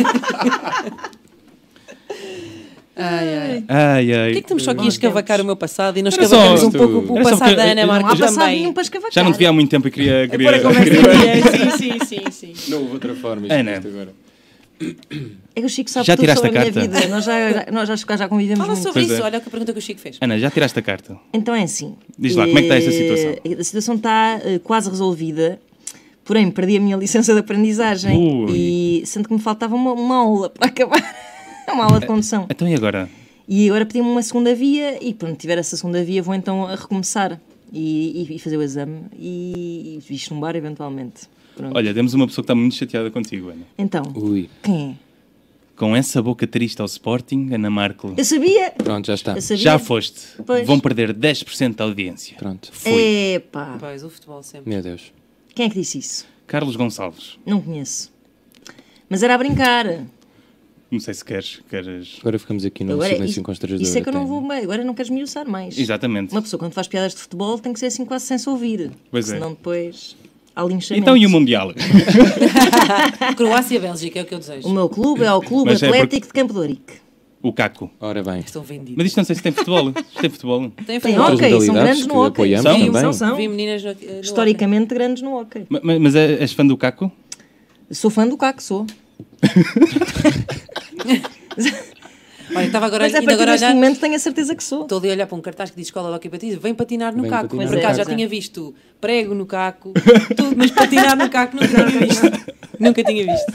Ai, ai. Ai, ai. Por que é que estamos só aqui a escavacar o meu passado e não Era escavacamos só- um pouco o Era só passado porque- da Ana não Não há Marques passado também? nenhum para escavacar. Já não te vi há muito tempo e queria... Pôr queria, a conversa em dia. Sim, sim, sim, sim. Não houve outra forma. isto Ana. isto agora. É que o Chico sabe Já tudo tiraste sobre a a minha carta? vida. Nós já, nós já, já, já convivemos Fala muito. sobre Pois isso, é. olha a pergunta que o Chico fez. Ana, já tiraste a carta? Então é assim. Diz lá, como é que está esta eh, situação? A situação está eh, quase resolvida, porém perdi a minha licença de aprendizagem Ui. e sendo que me faltava uma, uma aula para acabar. Uma aula de condução. Então e agora? E agora pedi-me uma segunda via e quando tiver essa segunda via vou então a recomeçar e, e- e fazer o exame e, e isto num bar eventualmente. Pronto. Olha, temos uma pessoa que está muito chateada contigo, Ana. Então, Ui, quem é? Com essa boca triste ao Sporting, Ana Markel, Eu sabia! pronto, já está. Eu sabia. já foste. Pois. Vão perder dez por cento da audiência. Pronto. Foi. Epá! Pois, o futebol sempre. Meu Deus. Quem é que disse isso? Carlos Gonçalves. Não conheço. Mas era a brincar. Não sei se queres. queres... Agora ficamos aqui num Agora, silêncio isso, constrangedor. isso é que eu não até. vou bem. Agora não queres me usar mais. Exatamente. Uma pessoa quando faz piadas de futebol tem que ser assim quase sem se ouvir. Pois é. Senão depois há linchamento. Então e o Mundial? Croácia-Bélgica é o que eu desejo. O meu clube é o Clube Mas é Atlético de Campo de Ourique. O Caco. Ora bem. Estão vendidos. Mas isto não sei se tem futebol. Isto tem futebol. Tem Tem futebol. Outras hóquei, são modalidades grandes no que hóquei. apoiamos São? também. São, são. Vi meninas no, no Historicamente grandes no hóquei. Ma- ma- Mas é- és fã do Caco? Sou fã do Caco, sou. Olha, estava agora, Mas a ainda partir agora a deste olhar, momento tenho a certeza que sou. estou ali a olhar para um cartaz que diz Escola de Hóquei Patins, vem patinar no Vem caco. patinar Por no acaso já caco. tinha visto prego no caco, tudo, mas patinar no caco nunca tinha visto. Nunca tinha visto.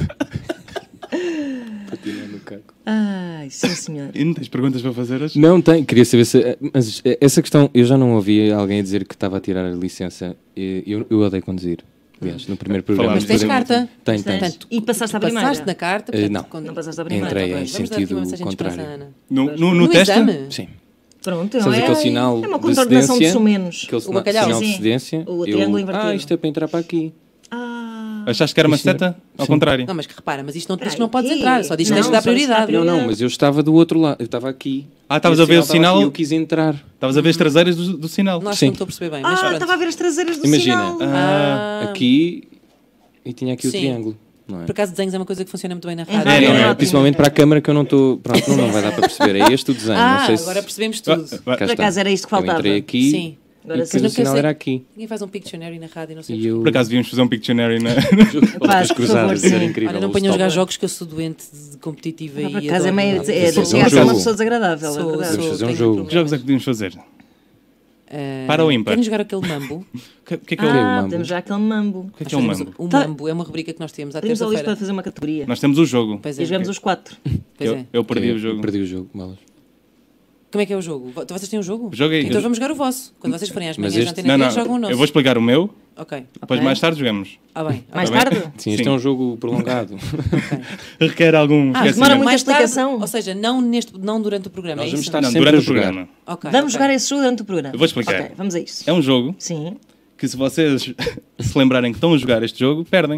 Patina no caco. Ai, sim senhor. E não tens perguntas para fazer hoje? Não, tem. Queria saber se... Mas essa questão... Eu já não ouvi alguém dizer que estava a tirar a licença. E Eu, eu odeio conduzir. aliás, no primeiro programa. Mas tens fazemos- carta? Tenho, Tens. tenho. E passaste à primeira? Passaste na carta? Eh, portanto, não. quando- Não passaste à primeira. Entrei ok. em Vamos dar aqui uma sentido mensagem de esperança, contrário. Ana. No, no, no No teste? exame? Sim. Pronto, Sabes é, aquele sinal é uma de contornação de cedência? sumenos. Aquele O sinal, bacalhau. sinal de Sim. cedência. O eu, triângulo invertido. Ah, isto é para entrar para aqui. Ah, Achaste que era uma Isso é- seta? Ao Sim. contrário. Não, mas que repara, mas isto não diz Peraí, que não podes quê? entrar, só diz que Não, tens de dar só diz que dá prioridade. Não, não, mas eu estava do outro lado. Eu estava aqui. Ah, estavas Esse a ver o estava sinal? aqui, Eu quis entrar. Estavas a ver as traseiras do, do sinal. Não acho Sim. que não estou a perceber bem, mas ah pronto. estava a ver as traseiras do Imagina. sinal. Ah, Ah, Aqui e tinha aqui Sim. o triângulo. Não é? Por acaso desenhos é uma coisa que funciona muito bem na É rádio. É, rápido, não é? é ótimo. Principalmente para a câmara que eu não estou. Pronto, não, não vai dar para perceber. É este o desenho. Ah, não sei se. agora percebemos tudo. Ah, Cá Por está. acaso era isto que Eu faltava. entrei aqui Sim. Agora e sim. depois Não o sinal sei- era aqui. Ninguém faz um Pictionary na rádio, não sei E eu. Por acaso devíamos fazer um Pictionary na. Outras por cruzadas, favor, isso era sim. incrível. Olha, não o ponham a jogar stop. jogos que eu sou doente de competitiva Ah, por e acaso é adoro. meio. Vamos É, fazer chega um a ser uma jogo. pessoa desagradável, Sou- é verdade. Vamos fazer um tenho jogo. Que jogos é que podíamos fazer? Ah, Para ou ímpar? Querem jogar aquele mambo? O que, o que é que é o o Ah, mambo? temos já aquele mambo. o que é Nós que é um fazemos mambo? O Tá. mambo é uma rubrica que nós temos à Pedimos ao Luís para terça-feira. fazer uma categoria. Nós temos o jogo. Pois E é. jogamos os quatro. Pois Eu, é. eu perdi Sim, o jogo. Perdi o jogo, malas. Como é que é o jogo? Vo- Vocês têm um jogo? O jogo é- Então vamos jogar o vosso. Quando vocês forem às Mas manhãs este- da Antena Não, três, não. jogam o nosso. Eu vou explicar o meu, Ok. depois Ok. mais tarde jogamos. Ah, bem. Mais Tá bem? tarde? Sim, este Sim. é um jogo prolongado. Requer algum Ah, demora esquecimento. muita mais tarde, explicação. ou seja, não, neste, não durante o programa, Nós é vamos isso? estar Não, sempre durante a o jogar. programa. Ok, Vamos ok. jogar esse jogo durante o programa. Eu vou explicar. Ok, vamos a isso. É um jogo Sim. que se vocês se lembrarem que estão a jogar este jogo, perdem.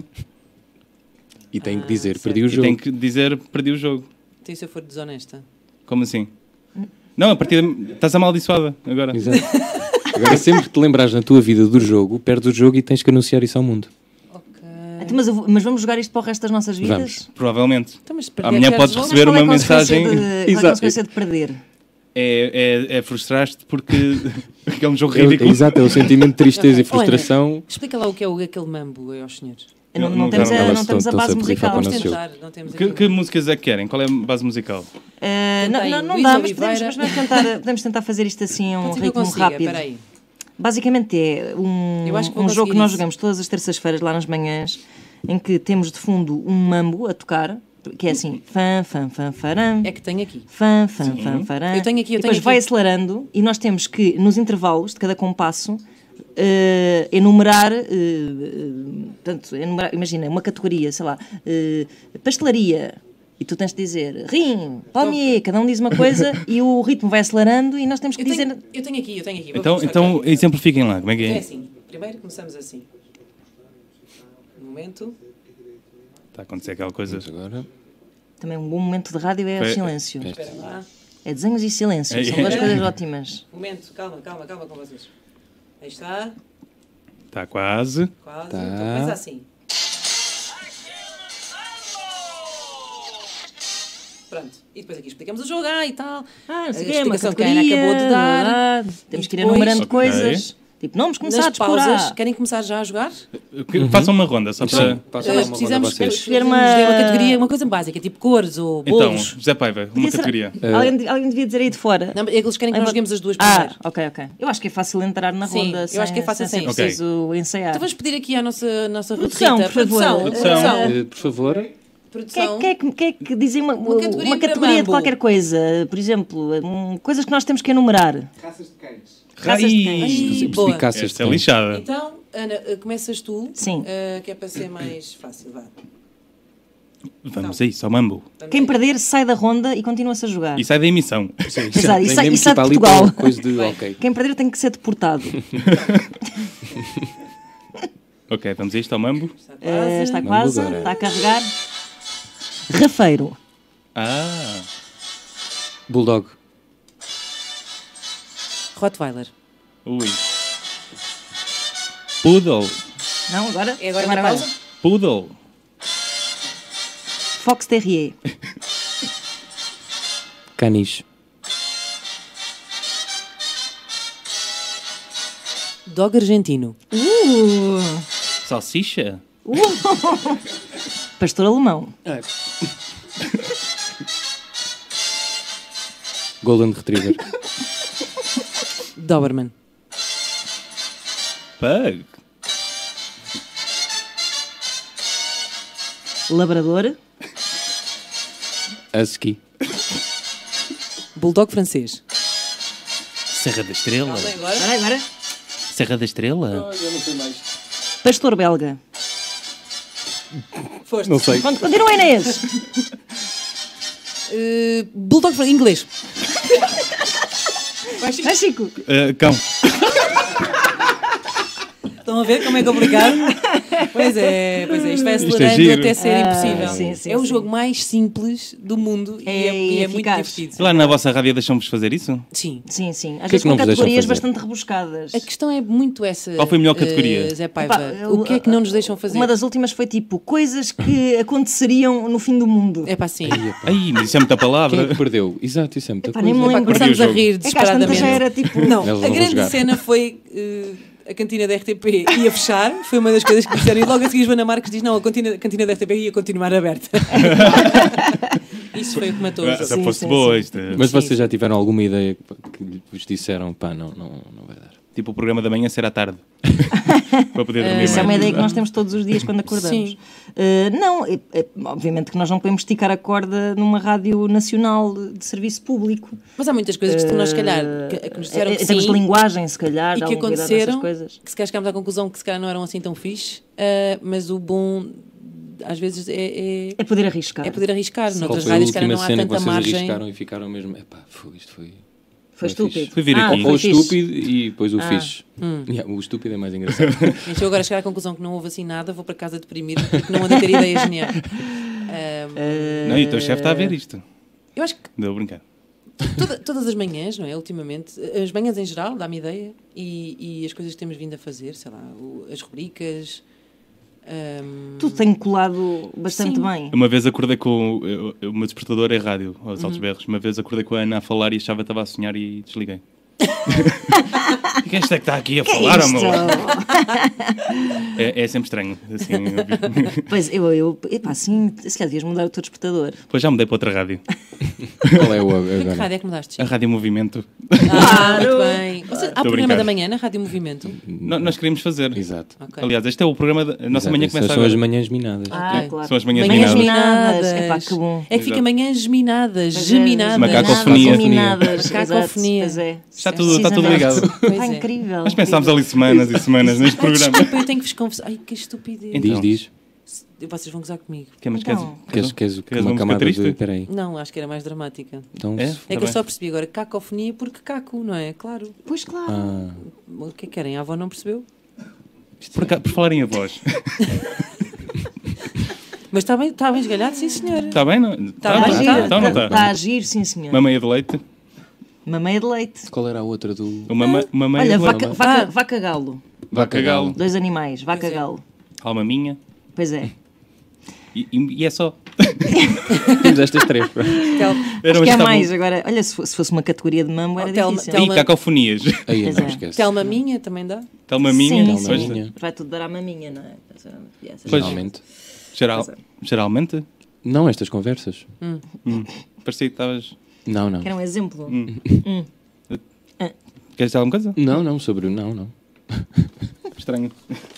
E tenho Ah, que dizer, certo. perdi o E jogo. tem que dizer perdi o jogo. Então, e se eu for desonesta? Como assim? Não, a partir de... estás amaldiçoada agora. Exato. Agora, sempre que te lembrares na tua vida do jogo, perdes o jogo e tens que anunciar isso ao mundo. Ok. Então, mas, eu vou- mas vamos jogar isto para o resto das nossas vidas? Vamos. Provavelmente. Então, mas perder Amanhã queres podes logo? Mas receber qual é a uma consequência mensagem. De, qual é a Exato. consequência de perder? É, é, é frustrar-te porque porque é um jogo É, é, ridículo. exato, é o sentimento de tristeza e Olha, frustração. Explica lá o que é o, aquele mambo aí aos senhores. Não, Não, não, não temos, tá- a, elas não temos a estão- base estão-se a musical. borrifar Vamos para o nosso tentar, não temos Que, aqui. que músicas é que querem? Qual é a base musical? Eh, não, Tem não, não Luís dá, mas podemos, Oliveira. mas podemos, tentar, podemos tentar fazer isto assim a um Pode ser que eu ritmo consiga, rápido. espera aí. Basicamente é um, Eu acho que vou um jogo conseguir que nós isso. jogamos todas as terças-feiras lá nas manhãs, em que temos de fundo um mambo a tocar, que é assim, fã, fã, fã, farã, É que tenho aqui. fã, fã, fã, farã. Eu tenho aqui, eu e depois tenho vai aqui. acelerando e nós temos que, nos intervalos de cada compasso, eh, enumerar, eh, eh, portanto, enumerar, imagina, uma categoria, sei lá, eh, pastelaria. E tu tens de dizer rim, palmier, cada um diz uma coisa e o ritmo vai acelerando e nós temos que Eu dizer. tenho, eu tenho aqui, eu tenho aqui. Vou Então, mostrar então aqui. exemplifiquem lá, como é que É é? assim. Primeiro começamos assim. Um momento. Está a acontecer aquela coisa. Mas agora, Também um bom momento de rádio é o Foi- silêncio. é. Espera lá. É desenhos e silêncio, são É. duas coisas ótimas. Momento, calma, calma, calma com vocês. Aí está, Está quase. quase. Tá. Então começa assim. Pronto. E depois aqui explicamos o jogo, ah, e tal. Ah, não a sei o quê, uma explicação que a Ana categoria, acabou de dar. ah, temos E que ir depois- enumerando Ok. coisas. Tipo, não vamos começar a Nas pausas, explorar. querem começar já a jogar? Que- Façam uma ronda, só para... sim, passa Eh, lá uma ronda a precisamos vocês. escolher uma... uma- uma categoria, uma coisa básica, tipo cores ou Então, bolos. José Paiva, uma Podia ser- categoria. Alguém, alguém devia dizer aí de fora. Não, eles querem que Ai, nós vou- joguemos as duas Ah, primeiro. ok, ok. Eu acho que é fácil entrar na Sim, ronda eu sem, acho que é fácil sem ser assim. Ok. preciso ensaiar. Então vamos pedir aqui à nossa, nossa Ruth Produção, Rita. por favor. Produção. Produção. Produção. Eh, por favor, Quem é, Produção. quem, é, que- quem é que dizem uma, uma categoria categoria, para de mambo. qualquer coisa? Por exemplo, um, coisas que nós temos que enumerar. Raças de cães. Raças de cães. Ai, percebi boa. caças de Esta é cães. lixada. Então, Ana, eh, começas tu. Sim. eh, que é para ser mais fácil, vá. Vamos a isso, ao mambo. Quem perder sai da ronda e continua-se a jogar. E sai da emissão. Sim, Exato, tem e sai- mesmo e que sai ir para de ali Portugal. para coisa de ok. Quem perder tem que ser deportado. Ok, vamos a isto, ao mambo. Está Eh, quase. está Mambo quase, agora. está a carregar. Rafeiro. Ah, Bulldog. Rottweiler. ui. Poodle. Não, agora? É agora na pausa? Poodle. Fox Terrier. Caniche. Dog argentino. Uh, Salsicha. pastor alemão. Golden Retriever. Doberman. Pug. Labrador. Husky. Bulldog francês. Serra da Estrela. Agora? Agora, agora. Serra da Estrela. Pastor belga. Foste. Não sei. Pronto, continua, Inês. Uh, bulldog fran- inglês. Vai, Chico. Uh, cão. Estão a ver como é complicado? Pois é, pois é. Isto vai Isto é acelerando giro. até ser Ah, impossível. sim, sim, é o sim. jogo mais simples do mundo e É é, e é muito eficaz. divertido. Lá na vossa rádio deixam-vos fazer isso? Sim. Sim, sim. Às que vezes é que não com vos deixam categorias fazer? bastante rebuscadas. A questão é muito essa. Qual foi a melhor categoria? eh, Zé Paiva. Epá, O que é que não nos deixam fazer? Uma das últimas foi tipo coisas que aconteceriam no fim do mundo. É para assim. Ai, mas isso é muita Quem é palavra. que perdeu? Exato, isso é muita Epá, coisa. nem me Epá, lembro. começámos a Perdi o rir É que às tantas desesperadamente. já era tipo. Não, Eles a vão grande jogar. cena foi eh, a cantina da R T P ia fechar, foi uma das coisas que disseram, e logo a seguir Joana Marques diz: não, a cantina, a cantina da R T P ia continuar aberta. Isso foi o que matou. Ah, se Sim, fosse sim, boa sim. isto. Mas Sim, vocês sim. já tiveram alguma ideia que, que vos disseram, pá, não, não, não vai dar. Tipo o programa da manhã ser à tarde. Para poder dormir Isso é uma mais. ideia que nós temos todos os dias quando acordamos. Sim. Uh, não, é- é- obviamente que nós não podemos esticar a corda numa rádio nacional de, de serviço público. Mas há muitas coisas que nós, se calhar, que, que nos disseram Em que termos sim, de linguagem, se calhar, e dá que algum cuidado aconteceram, nessas coisas. que se calhar chegámos à conclusão que se calhar não eram assim tão fixe, ah, mas o bom, às vezes, é, é, É poder arriscar. é poder arriscar. Qual Noutras foi a rádios, se calhar, última não há cena que tanta vocês margem. arriscaram e ficaram mesmo, epá, foi, isto foi... Foi foi estúpido. fixe. Fui vir Ah, aqui. foi Ou o fixe. estúpido e depois o Ah. fixe. Yeah, o estúpido é mais engraçado. Gente, eu agora chegar à conclusão que não houve assim nada, vou para casa deprimir porque não ando a ter ideias geniais. Ah, Não, e o teu chefe está a ver isto. eu acho que Deu a brincar. toda- todas as manhãs, não é? Ultimamente, as manhãs em geral, dá-me ideia, e, e as coisas que temos vindo a fazer, sei lá, o- as rubricas. ahm, Tudo tem colado bastante Sim. bem. Uma vez acordei com. o- eu- eu- O meu despertador é rádio, aos Uhum. altos berros. Uma vez acordei com a Ana a falar e achava que estava a sonhar e desliguei. O que é isto é que está aqui a falar, Isto. amor? É, é sempre estranho. Assim, eu- Pois, eu, eu epá, assim, se calhar devias mudar o teu despertador. Depois já mudei para outra rádio. Qual é o em que agora? rádio é que mudaste? A Rádio Movimento. Ah, muito bem. Você, há Estou a programa brincar. da manhã na Rádio Movimento? No- nós queríamos fazer. Exato. Ok. Aliás, este é o programa. Da, a nossa Exato, manhã essas começa são agora. as manhãs minadas. Ah, Ok. claro. São as manhãs Manhãs minadas. minadas. Epá, que bom. É que fica Exato. manhãs minadas, Pois é, geminadas. Macacofonia. Minadas. Macacofonia. Exato, pois é. Está tudo, está tudo Precisamente. ligado. Pois Pá, é. incrível. Nós pensámos ali semanas e semanas neste Ai, programa. desculpa, eu tenho que vos confessar. Ai, que estupidez. Então. Diz, diz. Vocês vão gozar comigo. Que, mas Então. Queres, queres, Queres uma uma camada música de... triste? Peraí. Não, acho que era mais dramática. Então, É? se- É Tá que eu bem. só percebi agora cacofonia porque caco, não é? Claro. Pois claro. ah, O que é que querem? A avó não percebeu? Por, cá- por falar em avós. Mas está bem, está bem esgalhado, sim senhor. Está bem? Não? Está Está, a tá, agir, tá, então não está está. a agir, sim senhor. Mameia de leite. Mameia de leite. qual era a outra do... Uma, ma- uma meia Olha, de leite. vaca, vaca, vaca galo. Vaca galo. Dois animais, vaca Pois é. galo. Alma minha. Pois é. E, e- e é só. Temos estas três. pronto. Tel, Era Acho uma que é estavam- mais agora. Olha, se fosse, se fosse uma categoria de mambo era Oh, Telma- difícil. Telma- E cacofonias. Aí, Pois não é. esquece. Telma minha também dá? Telma minha. Sim, Telma sim. minha. Vai tudo dar à maminha, não é? E essas Pois. coisas. Geralmente. Geral, Pois é. geralmente. Não, estas conversas. Hum. Parecia que estavas. Não, não. Quer um exemplo? Hum. Queres dizer alguma coisa? Não, não, sobre o... Não, não. Estranho.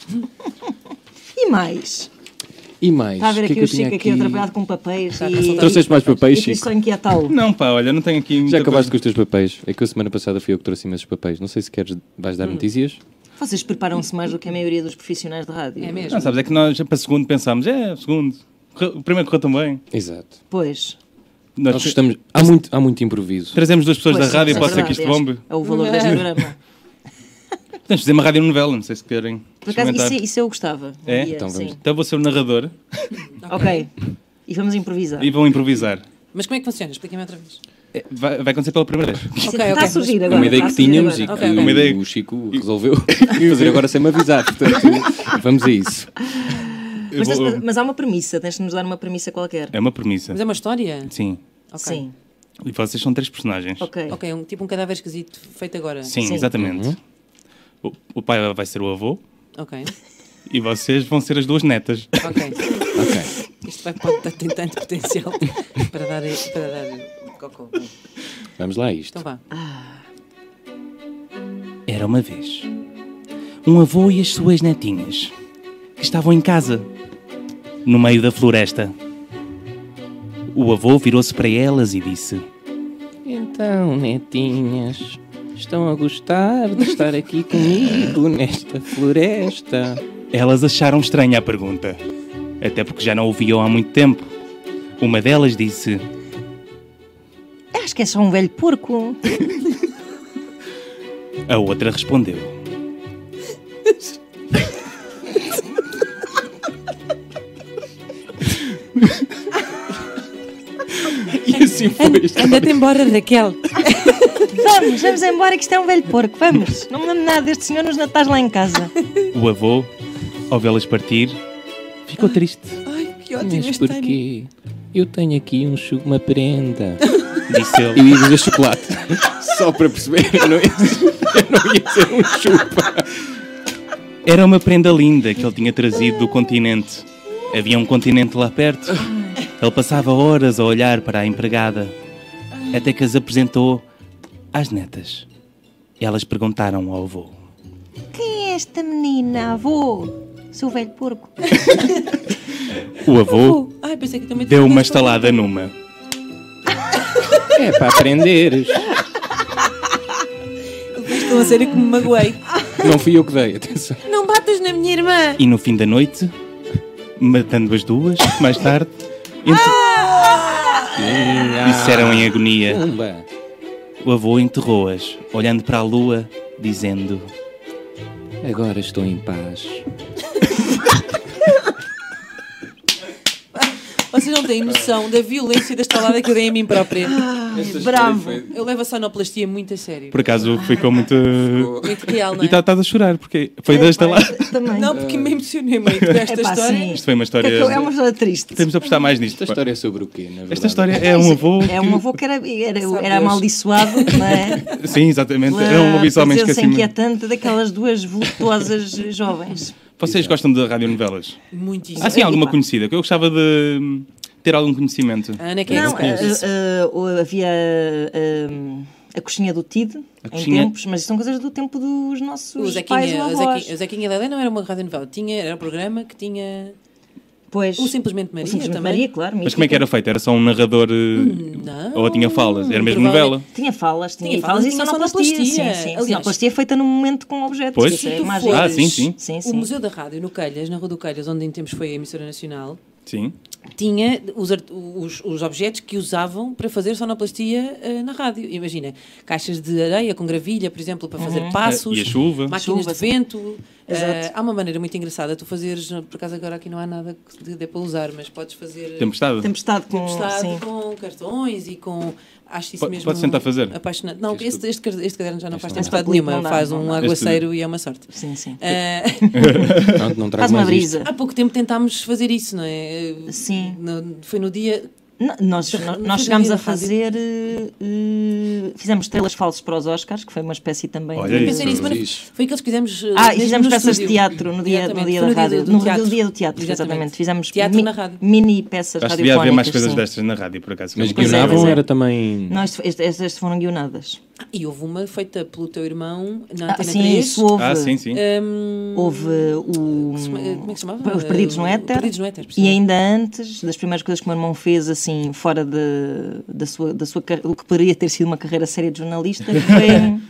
E mais? E mais? Está a ver que é aqui que o eu tinha Chico aqui atrapalhado com papéis Está a e... consultar. Trouxeste mais papéis, e Chico? só inquietá-lo. Não, pá, olha, não tenho aqui. muita Já acabaste coisa. com os teus papéis. É que a semana passada fui eu que trouxe imensos papéis. Não sei se queres... Vais dar notícias? Vocês preparam-se mais do que a maioria dos profissionais de rádio. É mesmo? Não, sabes, é que nós para segundo pensámos, é, segundo. Correu- O primeiro correu tão bem. Exato. Pois. Nós Nós gostamos... Há muito, há muito improviso. trazemos duas pessoas Pois, da rádio sim, e pode é ser que isto verdade, bombe. É o valor deste programa. Podemos fazer uma rádio novela, não sei se querem. Por acaso, experimentar. isso, isso eu gostava. Um É? dia, Então vamos. sim. Então vou ser o narrador Ok. E vamos improvisar. e vão improvisar. Mas como é que funciona? Explica-me outra vez. É, Vai, vai acontecer pela primeira vez. Isso Ok, está ok, a surgir mas- agora. Uma ideia está a que surgir tínhamos e agora. que Ok, ok. Uma ideia- o Chico resolveu fazer agora sem me avisar. Portanto, vamos a isso. Eu Mas, vou- mas há uma premissa, tens de nos dar uma premissa qualquer. É uma premissa. Mas é uma história? Sim. Ok. Sim. E vocês são três personagens. Ok. Ok, um, tipo um cadáver esquisito feito agora. Sim, Sim. exatamente. O, o pai vai ser o avô Ok, e vocês vão ser as duas netas. ok. Ok. Isto vai, pode ter tem tanto potencial para dar, para dar cocô. Vamos lá a isto. Então vá. Era uma vez um avô e as suas netinhas que estavam em casa, no meio da floresta. O avô virou-se para elas e disse: Então, netinhas, estão a gostar de estar aqui comigo nesta floresta? Elas acharam estranha a pergunta. até porque já não o viam há muito tempo. Uma delas disse: Acho que é só um velho porco. A outra respondeu: E assim foi. Anda-te embora, Raquel. Vamos, vamos embora que isto é um velho porco. Vamos. Não me lembro nada deste senhor nos natais lá em casa. O avô, ao vê-las partir, ficou triste. Ai, que ótimo Mas este timing. porquê? Eu tenho aqui um chu- uma prenda. Disse Eu ele. ia dizer chocolate. Só para perceber, eu não ia, eu não ia ser um chupa. Era uma prenda linda que ele tinha trazido do continente. Havia um continente lá perto. Ele passava horas a olhar para a empregada, até que as apresentou às netas. Elas perguntaram ao avô: Quem é esta menina, avô? Seu velho porco. O avô Ai, pensei que também deu tinha uma esta- estalada numa. É para aprenderes. Estou a sério que me magoei. Não fui eu que dei, atenção. Não batas na minha irmã. E no fim da noite, matando as duas, mais tarde, entre... disseram em agonia. Pumba. O avô enterrou-as, olhando para a lua, dizendo: Agora estou em paz. Vocês não têm noção da violência da estalada que eu dei a mim própria. Bravo. Eu levo a sonoplastia muito a sério. por acaso ficou muito. Muito real, não E é? tá- estás a chorar, porque foi desta lá. Também. Não, porque me emocionei muito com esta Epá, história. sim. Isto foi uma história. É uma história triste. Temos de apostar mais nisto. Esta pá. história é sobre o quê, na verdade? Esta história é um avô. É um avô que era, era, Sabe era Deus. amaldiçoado, não é? Que... Sim, exatamente. Era um lobisomem presença esqueci-me. inquietante daquelas duas voluptuosas jovens. Vocês gostam de radionovelas? Muitíssimo. Há sim alguma Epá. conhecida? Que eu gostava de hum, ter algum conhecimento. A Ana, quem é Não, que se conhece? ah, ah, havia ah, a coxinha do Tide, em coxinha- tempos, mas são coisas do tempo dos nossos O pais Zequinha, ou o avós. Zequinha, o Zequinha e Lelé não era uma radionovela, tinha, era um programa que tinha Pois, o Simplesmente o Maria Simplesmente também. Maria, claro. Mas como é que era feito? Era só um narrador eh, não. ou tinha falas? Era mesmo Provavelmente- novela? Tinha falas, tinha, Tinha e falas falas, e tinha sonoplastia. sonoplastia. Sim, sim. Aliás, Sonoplastia feita no momento com objetos. Pois. Isso é Se tu mágico. Ah, fores sim, sim. Sim, O sim. Museu da Rádio no Calhas, na Rua do Calhas, onde em tempos foi a emissora nacional, Sim. tinha os, art- os, os objetos que usavam para fazer sonoplastia eh, na rádio. Imagina, caixas de areia com gravilha, por exemplo, para fazer passos, E a chuva? máquinas Chuva, de sim. vento. Exato. Eh, há uma maneira muito engraçada, tu fazeres, por acaso agora aqui não há nada que dê para usar, mas podes fazer Tempestade? Tempestade com... tempestade sim. com cartões e com... Acho isso Pode- mesmo... podes tentar fazer. Apaixonante. Não, Isto este, este, car- este caderno já não faz não tempestade dá. nenhuma, Não dá, faz não um dá. aguaceiro e é uma sorte. Sim, sim. Eh, Pronto, não trago Faz uma mais isto. brisa. há pouco tempo tentámos fazer isso, não é? Sim. No- foi no dia... Não, Nós, Da- nós, não nós foi chegámos da a rádio. fazer. eh, eh, fizemos estrelas falsas para os Oscars, que foi uma espécie também. Olha de- isso. Pensei nisso, mas não- Fixe. foi aquilo que fizemos. eh, Ah, e mesmo fizemos no peças de estúdio. teatro no dia, no Exatamente, dia foi da rádio. do No teatro. dia do teatro, Exatamente. exatamente. Fizemos Teatro mi- na rádio. mini peças Acho que devia haver mais radiofónicas, coisas sim. destas na rádio, por acaso. Mas Ficou muito Pois é, guionavam pois é. era também... Não, isto- este- estas foram guionadas. Ah, e houve uma feita pelo teu irmão na Ah, Antena sim, três. isso houve. Ah, sim, sim. Hum, Houve o. se chama- como é que se chamava? Os Perdidos no Eh, Éter. Perdidos no Éter, E precisamente. ainda antes, das primeiras coisas que o meu irmão fez, assim, fora de, da sua, da sua car- o que poderia ter sido uma carreira séria de jornalista, foi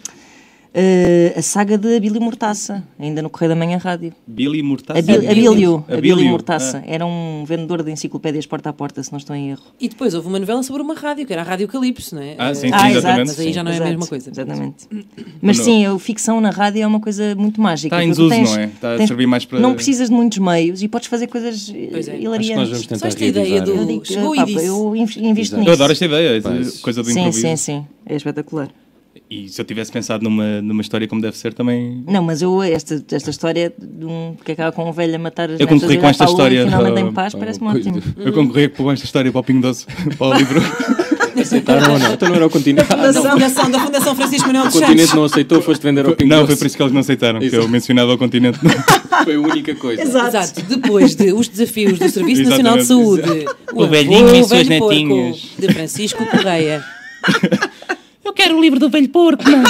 eh, a saga de Abílio Mortaça, ainda no Correio da Manhã Rádio. Billy Mortaça? Abil- Abílio, Abílio. Abílio Mortaça. Ah. Era um vendedor de enciclopédias porta a porta, se não estou em erro. E depois houve uma novela sobre uma rádio, que era a Rádio Calypso, não é? Ah, sim, Eh, sim, Ah, exatamente. Mas aí já não é a Exato, mesma coisa. Exatamente. Mas Não. sim, a ficção na rádio é uma coisa muito mágica. Está em porque tu desuso, tens- não é? Está a tens- servir mais para... Não precisas de muitos meios e podes fazer coisas eh, Pois é. Acho hilariantes. que nós vamos Só tentar esta ideia reavivar. do- Eu, digo, Chegou e pá, disse. eu inv- invisto Exato. nisso. Eu adoro esta ideia, Pois. coisa do Sim, improviso. sim, sim. É espetacular. E se eu tivesse pensado numa, numa história como deve ser, também... Não, mas eu, esta, esta história de um, que acaba com um velho a matar as Eu netas concorri e com olhar esta para a lua história e finalmente da- em paz, Ah, parece-me pois, ótimo. Eu concorri com esta história para o Pingo Doce, para o livro. Aceitaram ou não? Então não era o continente. Ah, Da não. Fundação, da Fundação Francisco Manuel O dos Santos. continente não aceitou, foste vender ao Pingo Não, Doce. foi por isso que eles não aceitaram, que eu Exato. mencionava ao continente. Foi a única coisa. Exato. Depois de Os Desafios do Serviço Nacional de Exatamente. Saúde, O velhinho avô, e suas velho porco, netinhas. de Francisco Correia. Eu quero o livro do velho porco, não.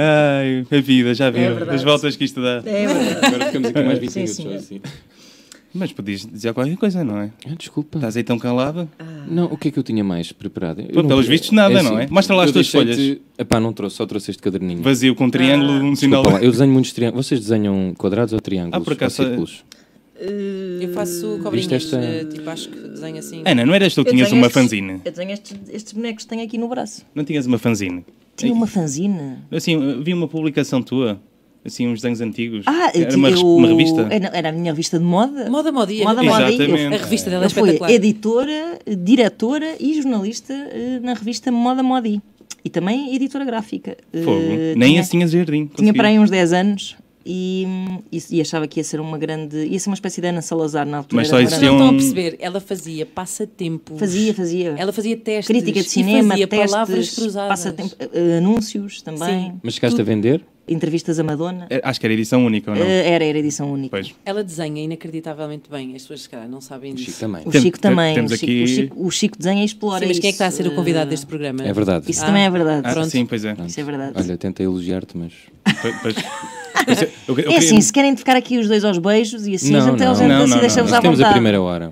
Ai, a vida, já viram. verdade. As voltas que isto dá. É verdade. Agora ficamos aqui mais vinte Sim, minutos. senhor. só assim. Mas podias dizer qualquer coisa, não é? Ah, desculpa. Estás aí tão calado? Não, o que é que eu tinha mais preparado? Eu Pô, não- pelos vistos nada, assim, não é? Mostra lá as eu tuas deixei-te- folhas. Epá, não trouxe, só trouxe este caderninho. Vazio com um triângulo, um sinal... Desculpa lá, eu desenho muitos triângulos. Vocês desenham quadrados ou triângulos? Ah, por acaso, ou círculos? Eu faço cobrinhas, esta- eh, tipo, acho que desenho assim. Ana, não eras tu que Eu tinhas desenho uma estes- fanzine? Eu desenho estes, estes bonecos que tenho aqui no braço. Não tinhas uma fanzine? Tinha uma fanzine. Assim, vi uma publicação tua, assim, uns desenhos antigos. Ah, eu Era uma, tinha- res- eu- uma revista? Era, era a minha revista de moda. Moda Modia. Moda a, Moda. Exatamente. a revista dela é Eu fui espetacular. editora, diretora e jornalista eh, na revista Moda Modi. E também editora gráfica. Fogo. Eh, Nem tinha, assim tinhas jardim. Tinha consegui. para aí uns dez anos e, e, e achava que ia ser uma grande... Ia ser uma espécie de Ana Salazar na altura. Mas só Era uma existia Não grande- um- estão a perceber, ela fazia passatempos. Fazia, fazia. Ela fazia testes. Crítica de e cinema, fazia testes, palavras cruzadas. passatempo- eh, anúncios também. Sim. Mas chegaste a vender? Entrevistas a Madonna. É, Acho que era edição única, ou não? Eh, era, era edição única. Pois. Ela desenha inacreditavelmente bem. As pessoas, se calhar, não sabem O disso. Chico também. O Tem- Chico tem- também. temos o, Chico, aqui- o, Chico, o Chico desenha e explora Sim, mas quem é que está a isso, ser o convidado eh, deste programa? É verdade. Isso Ah, também é verdade. Ah, Pronto. sim, pois é. Isso é verdade. Olha, tentei elogiar-te, mas... Pois- pois- pois é, eu- eu É queria- assim, se querem ficar aqui os dois aos beijos e assim, Não, a gente, não. a gente Não, assim não, deixamos não. à Nós temos vontade. a primeira hora.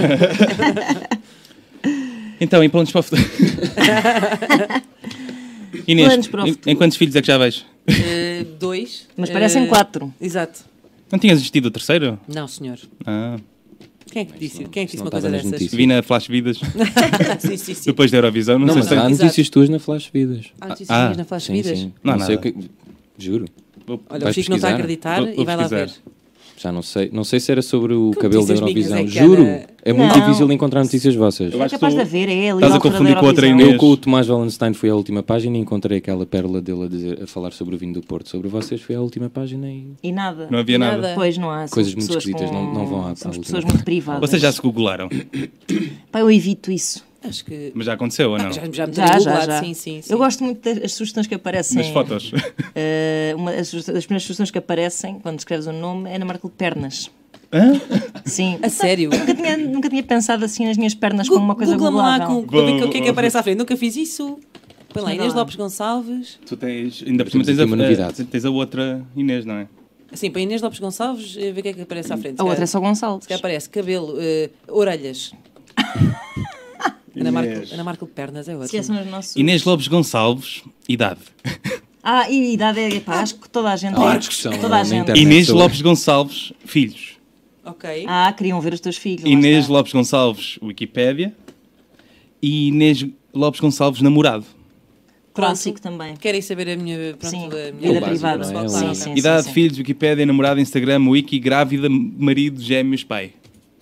Então, em planos para o futuro. Inês, Planos para o em, futuro. em quantos filhos é que já vais? Eh, dois. Mas parecem Eh, quatro. Exato. Não tinhas assistido o terceiro? Não, senhor. Ah, Quem é que disse, quem é que disse não uma estava coisa nas dessas? notícias. vi na Flash Vidas, sim, sim, sim. depois da Eurovisão. Não, Não, sei mas se há tem... Exato. notícias tuas na Flash Vidas. Há notícias Ah, minhas na Flash Sim, Vidas? sim. Não há sei o nada. que... Juro. Vou- Olha, Vais o Chico não está a pesquisar? acreditar Vou- vou e vai lá ver. pesquisar. Já não sei. Não sei se era sobre o Que cabelo da notícias minhas Eurovisão. é que Juro. era? É muito Não. difícil encontrar notícias vossas. Eu É acho capaz que de tu- haver, é ali estás a à altura confundir da com outra Eurovisão. Inês. Eu com o Tomás Wallenstein fui à última página e encontrei aquela pérola dele a, dizer, a falar sobre o vinho do Porto. Sobre vocês foi à última página e... E nada. Não havia nada. Nada. Pois não há. Somos Coisas muito pessoas esquisitas, com- não- não vão à- à Somos última pessoas parte. muito privadas. Vocês já se googlaram, Pá, eu evito isso. Acho que. mas já aconteceu ou não? Já, já me Já, teria já, googlado, já. sim, sim, sim. Eu gosto muito das sugestões que aparecem. Nas fotos. Eh, uma das, das primeiras sugestões que aparecem quando escreves um nome é na marca de pernas. Hã? Sim. A sério? Nunca tinha, nunca tinha pensado assim nas minhas pernas como uma coisa Google-me lá googlável. com, com o que é que aparece à frente. Nunca fiz isso. Põe lá, Manda Inês lá. Lopes Gonçalves. Tu tens, ainda por cima Temos tens a, aqui uma novidade. a- tens a outra Inês, não é? Assim, para Inês Lopes Gonçalves, eh, ver o que é que aparece à frente. A outra é só Gonçalves. Se calhar aparece cabelo, eh, orelhas. Ana Marco, Inês. Ana Marco de pernas é Se outra. são os nossos... Inês Lopes Gonçalves, idade. Ah, e idade é... Pá, acho que toda a gente... Ah, é- discussão toda na a gente. internet. Inês sobre- Lopes Gonçalves, filhos. Ok. Ah, queriam ver os teus filhos. lá Inês está. Lopes Gonçalves, Wikipédia. E Inês Lopes Gonçalves, namorado. Clássico também. Querem saber a minha, pronto, Sim, a minha vida básico, privada. não é? Sim, O- sim, sim, idade, sim. filhos, Wikipédia, namorado, Instagram, Wiki, grávida, marido, gêmeos, pai.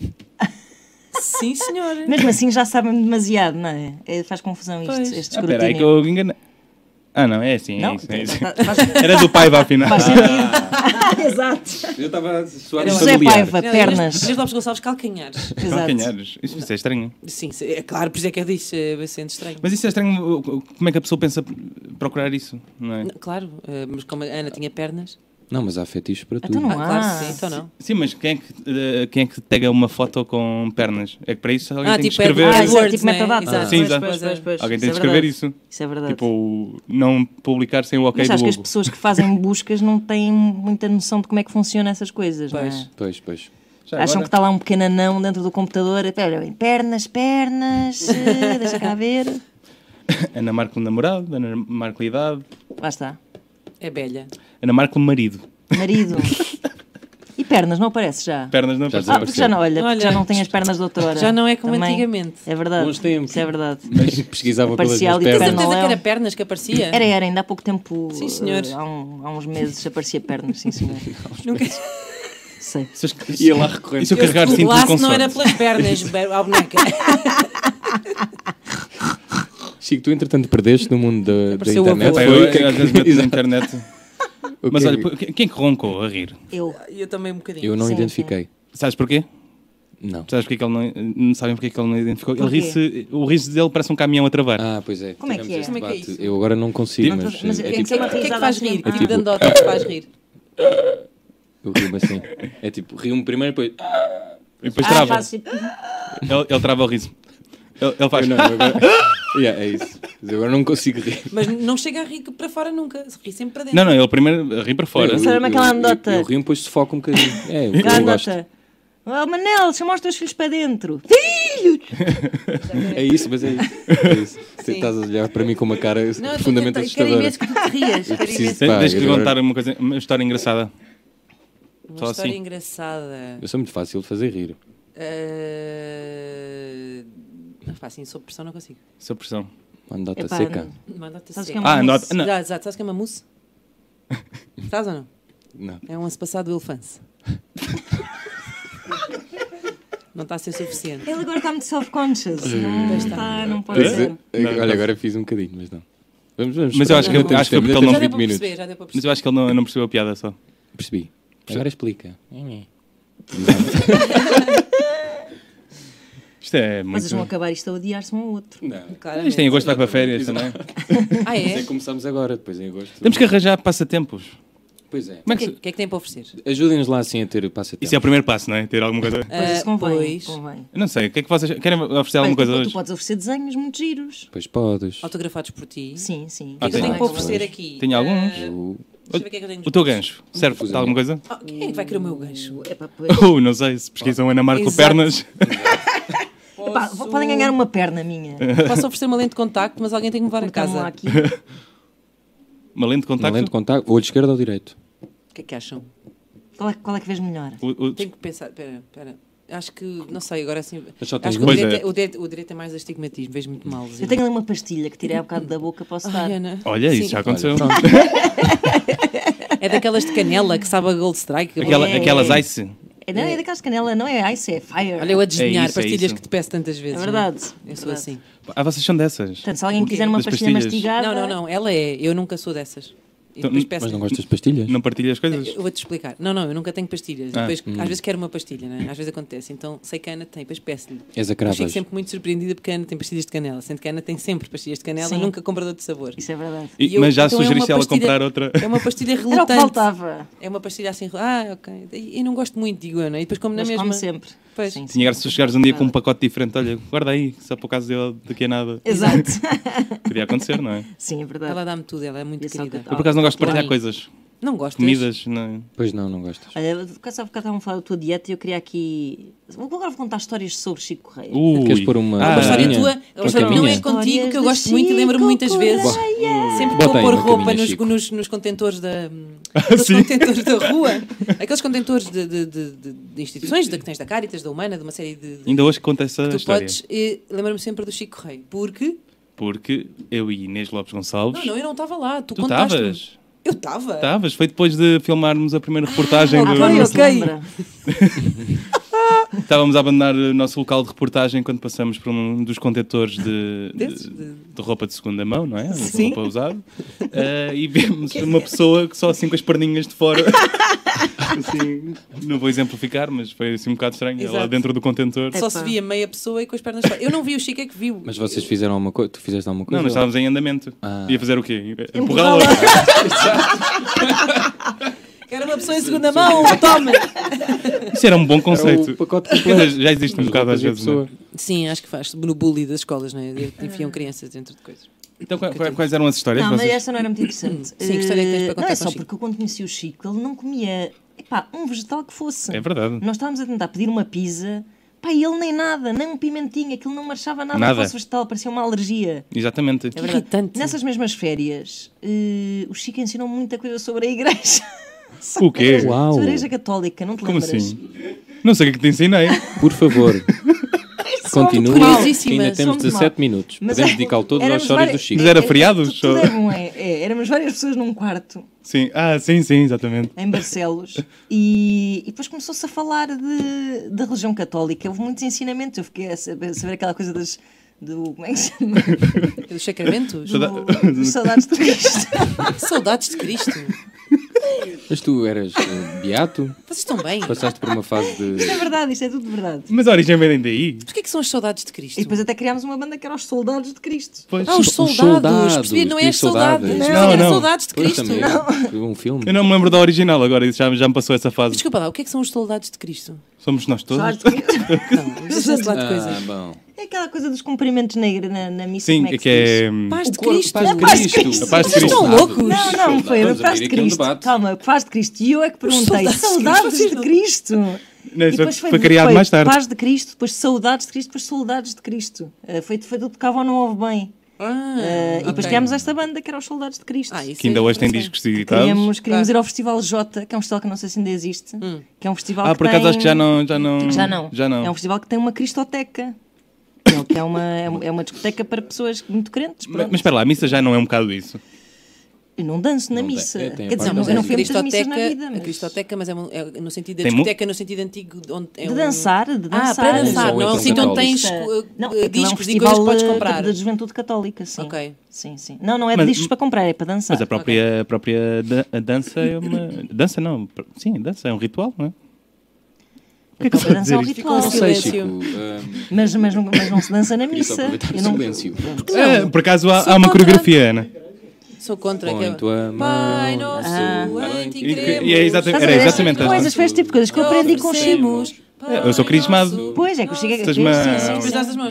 Sim, senhora. Mesmo assim já sabem demasiado, não é? É, faz confusão isto, Pois. este Ah, espera aí que escrutínio. eu enganei. Ah, não, é assim, é Não? isso. É isso. Tá- faz, Era do pai, vá, afinal. faz sentido. Exato. Eu estava a soar Era José familiar. Paiva, Não, pernas. Inês, Inês Lopes Gonçalves, calcanhares. Exato. Calcanhares. Isso, isso é estranho. Sim, sim, é claro, por isso é que eu disse, é bastante estranho. Mas isso é estranho. Como é que a pessoa pensa procurar isso? Não é? Não, claro, eh, mas como a Ana tinha pernas. Não, mas há fetiches para tudo. Então não Ah, claro, há. sim, então não. Sim, mas quem é, que, eh, quem é que pega uma foto com pernas? É que para isso alguém Ah, tem tipo, que escrever. Ah, isso é AdWords, tipo né? metadata. Exato. Sim, Pois, exato. pois, pois, pois. Alguém Isso tem é que escrever verdade. isso. Isso é verdade. Tipo, não publicar sem o ok Mas do acho que as Google. pessoas que fazem buscas não têm muita noção de como é que funcionam essas coisas, não é? Pois. Pois, pois. Já Acham agora- que está lá um pequeno anão dentro do computador. Espera bem, pernas, pernas, eh, deixa cá ver. Ana Marco namorado, Ana Marco idade, Lá está. É velha. Ana Marco marido. Marido. E pernas, não aparece já? Pernas não Já apareceu. Ah, porque já não, olha, porque Olha, já não tem as pernas de outrora. Já não é como Também. antigamente. É verdade. Bons tempos. Isso é verdade. Mas pesquisava pelas Parcial minhas e pernas. perna. Certeza Não que é? era pernas que aparecia? Era, era, ainda há pouco tempo. Sim, senhor. eh, Há, um- há uns meses aparecia pernas, sim, senhor. Nunca. Sei. Se eu- Ia lá recorrente. E se eu Eu carregar se cinto de googlasse, não consorte? era pelas pernas, be- à boneca. Chico, tu entretanto perdeste no mundo da, da Apareceu o internet. avô. Pá, Foi eu, o que é às vezes meto que- na Exato. internet. O Mas que é olha, que- quem é que roncou a rir? Eu. Eu também um bocadinho. eu não Sim, identifiquei. Sabes porquê? Não. Sabes porque é que ele não, não sabem porque é que ele não identificou? Ele Porquê? ri-se, o riso dele parece um caminhão a travar. Ah, pois é. Como é que Tivemos é? este Como é que é debate. isso? Eu agora não consigo, Tipo- mas, Mas é, tem tipo, que ser uma O que é que risada faz assim. rir? Que Ah. tipo de andota te faz rir? eu rio-me assim. É tipo, rio-me primeiro e depois... E depois Ah, trava. faz tipo- Ele, ele trava o riso. Ele, ele faz. Eu não, eu agora... yeah, é isso. Mas eu agora não consigo rir. Mas não chega a rir para fora nunca. Ri sempre para dentro. Não, não, ele primeiro ri para fora. Eu- Sabe eu- aquela eu- andota? Eu, eu rio-me depois sufoco um bocadinho. É, o que Aquela eu gosto. andota. Oh, Manel, chama os teus filhos para dentro. É isso, mas é isso. É isso. Você estás a olhar para mim com uma cara Não, profundamente eu quero assustadora. imenso que tu te rias. Eu Quero preciso- imenso- Pá, Deixa-lhe agora- contar uma, coisa, uma história engraçada. Uma Só história assim. engraçada. Eu sou muito fácil de fazer rir. Uh... Pá, assim, sob pressão não consigo. Sob pressão. Uma nota Epá, seca. Uma nota Sabes seca. que é uma Ah, mousse? nota- não. Exato, exato. Sabes que é uma mousse? Sabes ou não? Não. É um ano passado do elefante. Não está a ser suficiente. Ele agora está muito self-conscious. Não, Pois está. está, não pode Pois ser. é. Olha, agora fiz um bocadinho, mas não. Vamos, vamos. Mas eu acho que- Ainda temos acho que foi tempo, porque ele ainda não- Já temos deu vinte para minutos. perceber, já deu para Mas perceber. eu acho que ele não, não percebeu a piada só. Percebi. Agora explica. Isto é muito... Vocês vão acabar isto a odiar-se um ao outro. Não. Claramente. Isto em agosto vai para férias também. Ah, é? É, começamos agora, depois em agosto. Temos que arranjar passatempos. Pois é. Como é O que que, se- que é que tem para oferecer? Ajudem-nos lá assim a ter passatempo. Isso é o primeiro passo, não é? Ter alguma coisa... Pois isso Ah, convém. pois. convém. Eu não sei, o que é que vocês... Querem oferecer Olha, alguma coisa tu, hoje? tu podes oferecer desenhos muito giros. Pois podes. Autografados por ti. Sim, sim. O que é que eu Ah, tenho sim. para oferecer aqui? Tem alguns? Ah, O- deixa eu ver o que é que eu tenho. O teu gancho serve para alguma coisa? Ah, quem é que vai querer o meu gancho? Epá, pois. Oh, não sei, se pesquisam Ana Marco Exato. Pernas. Epá, podem ganhar uma perna minha. Posso oferecer uma lente de contacto, mas alguém tem que me levar a Cortam-me lá casa. aqui. Uma lente de Uma contacto. lente de contacto, olho esquerdo ou direito? O que é que acham? Qual é, qual é que vês melhor? O- o- Tenho que pensar. Espera, espera. Acho que, não sei, agora assim. Mas só tens Acho que o Pois direito, é. é, o, direito, o direito é mais astigmatismo, vejo muito mal. Eu tenho ali uma pastilha que tirei há bocado da boca, posso dar? Ai, Ana. Olha, isso Sim. já aconteceu. Olha, pronto. É daquelas de canela que sabe a Gold Strike. Aquela, É. aquelas ice. É, não, é daquelas canela, não é ice, é fire. Olha, eu a desdenhar É isso, é pastilhas isso. que te peço tantas vezes. É verdade. não é? Eu sou Verdade. assim. Ah, vocês são dessas. Portanto, se alguém O quê? quiser uma Das pastilha pastilhas? mastigada... Não, não, não. Ela é. Eu nunca sou dessas. E Então, depois peço. Mas não gostas de pastilhas? Não partilha as coisas? Eu vou-te explicar. Não, não, eu nunca tenho pastilhas. Ah. Depois, Hum. Às vezes quero uma pastilha, né? Às vezes acontece. Então sei que a Ana tem, depois peço-lhe. És a Eu cravas. fico sempre muito surpreendida porque a Ana tem pastilhas de canela. Sendo que a Ana tem sempre pastilhas de canela Sim. e nunca compra de outro sabor. Isso é verdade. E- E eu- mas já então é sugeriste uma ela pastilha- comprar outra. É uma pastilha Era o que relutante. faltava. É uma pastilha assim. Ah, ok. E eu não gosto muito, digo Ana. E depois como na Mas mesma. como sempre. Pois. Sim, sim. Tinha graça se chegares um dia com um pacote diferente. Olha, guarda aí, só por causa dele daqui a nada. Exato. Podia acontecer, não é? Sim, é verdade. Ela dá-me tudo, ela é muito E só querida. que- Eu por acaso não gosto de partilhar Sim. coisas. Não gostas? Comidas, não. Pois não, não gostas. Olha, por acaso há bocado estavam a falar da tua dieta e eu queria aqui... Agora vou contar histórias sobre Chico Correia. Ui. Queres pôr uma- Ah, Uma história Caminha. tua, Uma a história não é caminha. contigo, que eu gosto Histórias muito e de lembro-me muitas Chico vezes. Correia. Sempre que Bota vou aí pôr uma roupa caminha, nos, Chico. nos, nos contentores da. Aqueles sim. contentores da rua. Aqueles contentores de, de, de, de- de instituições, da que tens da Caritas, da Humana, de uma série de. de Ainda hoje conta essa tu história. podes. eh, Lembro-me sempre do Chico Correia. Porque. Porque eu e Inês Lopes Gonçalves. Não, não, eu não estava lá. Tu, Tu contaste. estavas? Eu estava. Estavas. Foi depois de filmarmos a primeira reportagem. Ah, do... ok, Não se ok. lembra. Estávamos a abandonar o nosso local de reportagem quando passamos por um dos contentores de, Desses? de, De- de roupa de segunda mão, não é? De Sim. roupa usada. Eh, e vemos uma pessoa que só assim com as perninhas de fora. Assim, não vou exemplificar, mas foi assim um bocado estranho. Ela Exato. dentro do contentor. Só Epá. se via meia pessoa e com as pernas fora. Eu não vi, o Chico é que viu. Mas vocês fizeram alguma coisa? Tu fizeste alguma coisa? Não, nós estávamos em andamento. Ah. Ia fazer o quê? Empurrá-la. Era uma pessoa em segunda mão, toma! Isso era um bom Era conceito. o pacote Quer completo. dizer, já existe um bocado às vezes. Não é? Sim, acho que faz. No bully das escolas, não é? Enfiam crianças dentro de coisas. Então, qua- qua- quais eram as histórias? Não, mas Vocês- essa não era muito interessante. Sim, que história é que tens para Eh, contar Não, é com só o Chico? porque eu quando conheci o Chico, ele não comia epá, um vegetal que fosse. É verdade. Nós estávamos a tentar pedir uma pizza, pá, e ele nem nada, nem um pimentinho, aquilo não marchava nada, Nada. que fosse vegetal, parecia uma alergia. Exatamente. É verdade. irritante. Nessas mesmas férias, eh, o Chico ensinou muita coisa sobre a igreja. O quê? Uau! Sobre a igreja católica, não te Como lembras? assim? Não sei o que é que te ensinei. Por favor, continua. curiosíssima. Que ainda temos Somos dezassete mal. minutos. Mas Podemos é- dedicá-lo todos às éramos histórias várias- do Chico. Mas era É- é- feriados? Tudo, tudo Só- é bom, é, é. Éramos várias pessoas num quarto, Sim. Ah, sim, sim, exatamente. em Barcelos, e, e depois começou-se a falar de, da religião católica. Houve muitos ensinamentos. Eu fiquei a saber, a saber aquela coisa das. Do, como é que se chama? Dos sacramentos? Do, dos saudades de Cristo. Saudades de Cristo. Mas tu eras eh, beato? Vocês estão bem? Mas Passaste por uma fase Isto de... é verdade, isto é tudo verdade. Mas a origem vem daí. porquê é que são as saudades de Cristo? E depois até criámos uma banda que era os Soldados de Cristo. Pois. Ah, os Os soldados. soldados, Percebi, não é diz as saudades. saudades. Não, Era não. saudades de Pois Cristo. também. Foi um filme. Eu não me lembro da original agora, isso já, já me passou essa fase. Desculpa lá, o que é que são os soldados de Cristo? Somos nós todos. Soldados de Cristo. Não, vamos deixar de falar de Ah, coisas. bom. É aquela coisa dos cumprimentos na, na, na missa. Sim, como é que, que é. Paz de O corpo- Cristo. Paz de A paz de Cristo. Cristo. A paz de Vocês Cristo. estão loucos? Não, não, foi a Vamos paz abrir de aqui um Cristo. debate. Calma, paz de Cristo. E eu é que perguntei, soldados de saudades Cristo, de não. Cristo. Não, E isso depois foi, foi criado foi mais tarde. Paz de Cristo, depois saudades de Cristo, depois soldados de Cristo. Uh, foi, foi do Tocava ou Não Ouve Bem. Ah, Uh, E depois ok. criámos esta banda que era os Soldados de Cristo. Ah, isso Que ainda é- hoje tem não sei. discos editados. Queríamos, queríamos Claro. ir ao Festival J, que é um festival que não sei se ainda existe. Hum. Que é um festival Ah, que por acaso tem... acho que já não. Já não. Já não. Já não. É um festival que tem uma cristoteca. Que é- Que é uma, é uma discoteca para pessoas muito crentes. Mas, pronto. mas espera lá, a missa já não é um bocado isso. Eu não danço na Não tem- missa. é, tem a Quer dizer, parte não, da eu não música. fui a muitas missas na Cristoteca- vida. A Mas... Cristoteca, mas é, um- é no sentido da Tem mu- discoteca, no sentido antigo. Onde é De um- dançar, de dançar. Ah, para dançar, Ou não é um então sítio onde tens católico. uh, Não, uh, aquilo é um discos e festival coisas que podes eh, comprar. da juventude católica, sim. Ok. Sim, sim. Não, não é Mas- de discos para comprar, é para dançar. Mas a própria, a própria da- a dança é uma. Dança não. Sim, a dança é um ritual, não é? O que é que eu Para estou a dizer dançar é um isto? ritual. Não sei, Silêncio. Chico. ah, Mas, mas, não- mas não se dança na Queria só missa. aproveitar Eu o não... silêncio. É, por acaso há, Sou há uma contra- coreografia, Ana. Sou contra. que é- Põe tua mão Pai na nosso, Ah. em ti E que- cremos. e é exatamente- Estás a era ver? exatamente esta. Coisas, foi este tipo de coisas que eu aprendi com o Chico. Oferecemos, Eu sou crismado. Pai Pois é, que o Chico é Estas sim, mãos. sim, sim, sim. Cruzar as mãos. de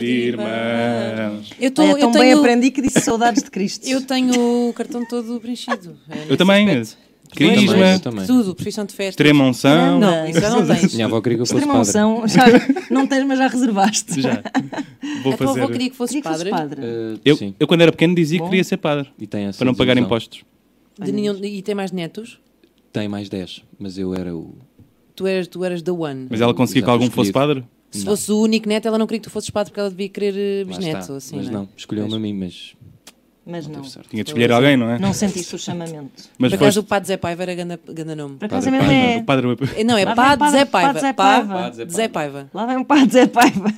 irmãos. Eu, tô, Olha, eu tão bem tenho, aprendi que disse saudades de Cristo. eu tenho o cartão todo preenchido. é, nesse Eu também. aspecto. Eu também, Crisma, eu também. Tudo, profissão de festa. extrema unção. Não, isso já não tens. Minha avó queria que eu fosse Extrema padre. unção, já não tens, mas já reservaste. Já. Vou A tua avó fazer. queria que fosses Queria que fosses padre. padre. Ah, Eu, sim. eu, quando era pequeno, dizia que Bom. queria ser padre. E tem essa Para não pagar desilusão. impostos. De nenhum- e tem mais netos? Tem mais dez, mas eu era o... Tu eras, tu eras the one. Mas ela conseguia que Exato, algum fosse escolhido. padre? Se Não. fosse o único neto, ela não queria que tu fosses padre porque ela devia querer eh, Lá bisneto. está. Assim, mas não é? não, escolheu-me a mim, mas Mas não não. teve sorte. Tinha de escolher alguém, não é? Não sentiste o chamamento. Mas Por acaso foste- o Padre Zé Paiva era ganda, ganda nome. Por acaso é Padre mesmo Paiva. o é. padre. Eh, Não, é Lá vem Padre Padre- Zé Paiva. Padre Zé Pá- Paiva. Zé Paiva. Lá vem um padre Zé Paiva.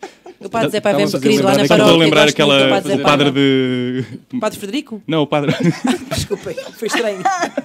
O Padre Zé Paiva é Estava a muito querido lá na lembrar Estava a paróquia. lembrar gosto muito do aquela Padre Zé o padre Paiva. de. Padre Frederico? Não, o padre. Desculpem, foi estranho.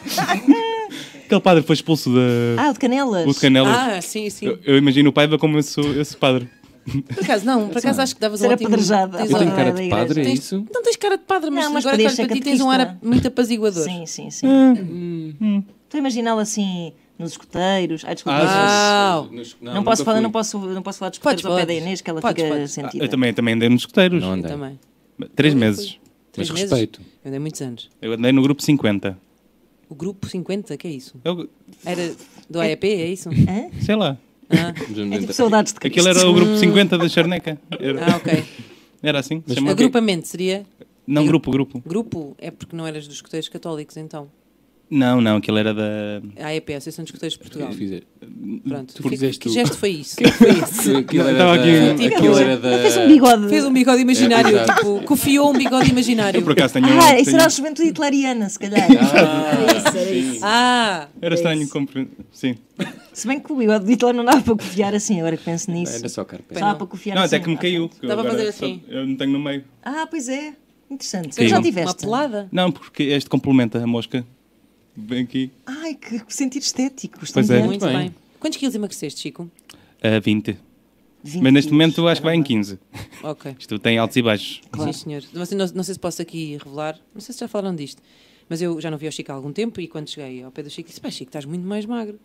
Aquele padre foi expulso da. Ah, o de Canelas. O de Canelas. Ah, sim, sim. Eu, eu imagino o Paiva como esse, esse padre. Por acaso não, por acaso acho que davas um Ser ótimo... apedrejada. tens Eu um- tenho da- cara da de igreja. padre, é Tens- isso? Não tens cara de padre, mas, Não, mas agora que podias olho ser para ti tens um catequista. ar muito apaziguador. Sim, sim, sim. Hum. Estou a imaginá-lo assim nos escuteiros. Ai, desculpa. Ah, Nos- não, posso nunca falar, fui. não, posso, não posso falar de Podes, escuteiros ao pé da podes. Inês, que ela Podes, fica podes. sentida. Eu também, também andei nos escuteiros. Não andei. Também. Três meses. Mas Três meses? respeito. Eu andei muitos anos. Eu andei no grupo cinquenta. O grupo cinquenta, que é isso? Eu, Era do A E P, é isso? Hã? sei lá. Ah, É tipo saudades de Cristo. Aquilo era o grupo cinquenta da Charneca. Era, ah ok. era assim? se chamava? Agrupamento seria? Não, grupo, grupo. Grupo? É porque não eras dos escuteiros católicos, então. Não, não, aquilo era da. A A E P, a Associação dos Escuteiros de Portugal. Eu fiz- Pronto. Tu Que- fizeste que o- gesto foi isso? Que foi isso? Aquilo era Estava da... aqui- Aquilo era da... Ele fez um bigode. Fez um bigode imaginário, É, exato. tipo, cofiou um bigode imaginário. Eu por acaso tenho. Ah, isso tenho- era a juventude hitleriana, se calhar. Ah, Era isso, era isso. Ah! Era estranho compreender. Sim. Se bem que o bigode de Hitler não dava para cofiar assim, agora que penso nisso. Era só carpete. Dava para cofiar Não, assim. até que me caiu. que eu Dá para agora fazer só- assim. Eu não tenho no meio. Ah, pois é. Interessante. Sim. Já Uma- tiveste? Uma pelada? Não, porque este complementa a mosca. Vem aqui. Ai, que sentido estético. Estou Pois é. muito Muito bem. bem. Quantos quilos emagreceste, Chico? A vinte. vinte Mas neste quilos. momento acho que vai em quinze. Ok. Isto tem altos e baixos. Claro. Sim, senhor. Não, não, não sei se posso aqui revelar, não sei se já falaram disto, mas eu já não vi o Chico há algum tempo e quando cheguei ao pé do Chico disse: pá, Chico, estás muito mais magro.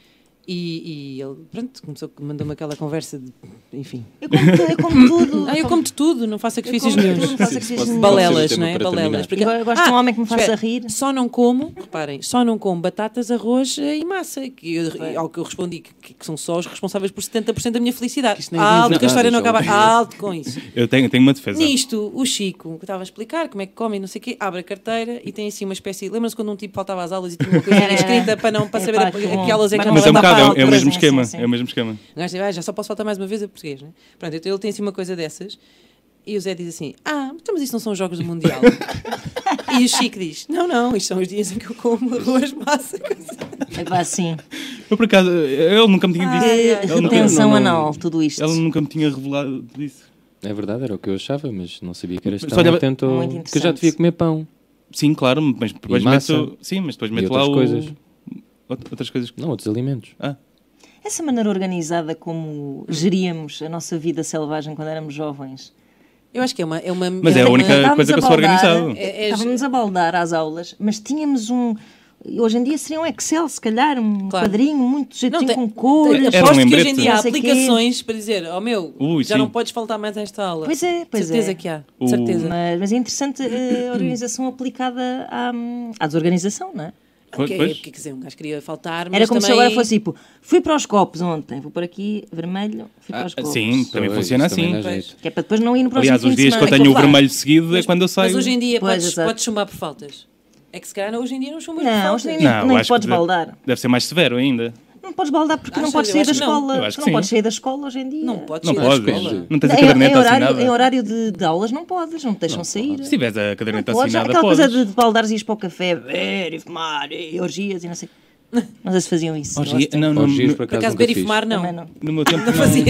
E, e ele, pronto, começou, mandou-me aquela conversa de, enfim. Eu como, tu- eu como tudo. Ah, eu como-te tudo, não faço sacrifícios como nenhums. tudo, não faço Sim, sacrifícios se nenhum. posso- Balelas, Pode ser o não tema é? para Balelas. terminar. Eu gosto de um homem que me faça espera, rir. Só não como, reparem, só não como batatas, arroz eh, e massa. Que eu, ao que eu respondi que, que são só os responsáveis por setenta por cento da minha felicidade. Isto nem diz Alto, que a nada, história não já acaba. ouvi. Alto com isso. Eu tenho, tenho uma defesa. Nisto, o Chico, que estava a explicar como é que come e não sei o quê, abre a carteira e tem assim uma espécie... Lembra-se quando um tipo faltava às aulas e tinha uma coisa Era. escrita para, não, para Epá, saber a, que bom. que aulas é que Mas Mas é um não bocado, é, mandava é o para- mesmo sim, esquema. sim, sim. É o mesmo esquema. O gajo diz, ah, já só posso faltar mais uma vez a português, né? Pronto, então ele tem assim uma coisa dessas e o Zé diz assim, ah, então, mas isto não são os jogos do Mundial. E o Chico diz, não, não, isto são os dias em que eu como arroz, massa, coisa. É pá, assim. Eu por acaso, ele nunca me tinha dito. Ai, Ele nunca- retenção não, não, anal, tudo isto. Ele nunca me tinha revelado disso. É verdade, era o que eu achava, mas não sabia que eras Mas tão olha, atento ao- muito que eu já interessante. devia comer pão. Sim, claro, mas depois massa. meto. Sim, mas depois E meto lá outras o. coisas. Out- Outras coisas. Não, outros alimentos. Ah, Essa maneira organizada como geríamos a nossa vida selvagem quando éramos jovens. Eu acho que é uma... É uma Mas é a uma- única- Estávamos coisa que a eu sou baldar, organizado. É- é- Estávamos a baldar às aulas, mas tínhamos um... hoje em dia seria um Excel, se calhar, um Claro. quadrinho muito jeitinho tem- com cores. tem- Era um Aposto que hoje lembrete. em dia há Não sei quê. aplicações para dizer, oh meu, Ui, já sim. não podes faltar mais a esta aula. Pois é, pois certeza é. que há, O- certeza. Mas, mas é interessante a organização aplicada à, à desorganização, não é? Pois, Ok, pois. porque quer dizer, um gajo queria faltar, mas Era como também... se agora fosse tipo, fui para os copos ontem, vou por aqui vermelho, fui para os copos. Sim, também Pois, funciona isso também assim. dá Pois. jeito. Que é para depois não ir no próximo Aliás, fim os de dias que eu semana. tenho o Claro. vermelho seguido é quando eu saio. Mas hoje em dia Pois, podes, exato. podes chumbar por faltas. É que se calhar hoje em dia não chumbas por Não, faltas. hoje em dia- Não, nem acho podes que deve- baldar. Deve ser mais severo ainda. Não podes baldar porque não Achas? podes Eu sair da acho que não. escola. Eu acho que não sim. podes sair da escola hoje em dia. Não podes Não sair da podes. escola. Não tens a Em, em caderneta horário, assinada. em horário de, de aulas não podes, não te deixam sair. Se tiveres a caderneta Podes, assinada, aquela podes. coisa de, de baldares e ires para o café, beber e fumar e orgias e não sei. Não sei se faziam isso. Orgia- Nossa, Não, não, Orgias, no, por Por acaso, acaso, nunca beber e fiz. fumar, não. também não. no meu tempo Não não. fazia.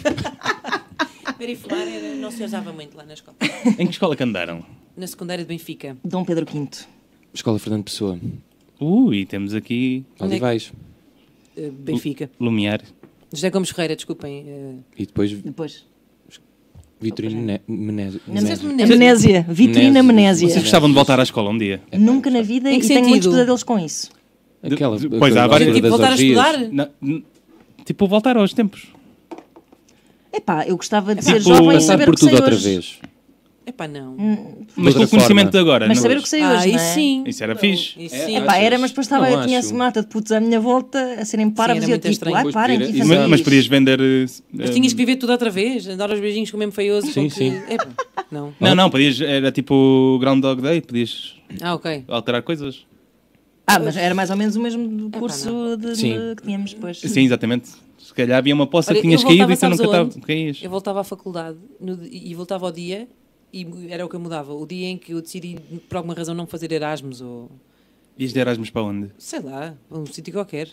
Beber e fumar era- não se usava muito lá na escola. Em que escola que andaram? Na secundária de Benfica. Dom Pedro quinto. Escola Fernando Pessoa. Ui, temos aqui Onde é que- Olivais. Uh, Benfica. Lumiar. José Gomes Ferreira, desculpem. uh, E depois Depois. Vitorino Ne- Menezes. Não sei se me Menezes. lembro. Amnésia. Vitrina Amnésia. amnésia. Vocês gostavam de voltar à escola um dia? Nunca na vida Em e que tenho muitos sentido? pesadelos com isso. Aquela, Pois, aquela há várias- altura Tipo, das voltar a orgias. estudar? Não, n- tipo, voltar aos tempos. Epá, eu gostava de ser Tipo, jovem e Passar saber por o que sei tudo outra hoje. vez. Epá, não. Mas com outra o conhecimento forma. de agora. Mas não? saber o que sei Ah, hoje, não isso é? sim. Isso era fixe. Isso É, sim. Epá, era, mas depois estava, Não eu tinha acho. uma mata de putos à minha volta a serem parvos era e eu muito tipo, estranho. ai Depois parem, podia- que Exato. Mas, fazer mas isto. podias vender. eh, Mas eh, tinhas que viver tudo outra vez? Andar aos beijinhos com o mesmo feioso? Sim, com que- sim. Epá, não. Não, não, podias. Era tipo Groundhog Day, podias Ah, ok. alterar coisas. Ah, mas era mais ou menos o mesmo do Epá, curso de, Sim. de- que tínhamos depois. Sim, exatamente. Se calhar havia uma poça Olha, que tinhas eu caído voltava, e tu sabes nunca aonde? tava- caías. Eu voltava à faculdade no- e voltava ao dia e era o que eu mudava. O dia em que eu decidi, por alguma razão, não fazer Erasmus ou... Ias de Erasmus para onde? Sei lá, a um sítio qualquer.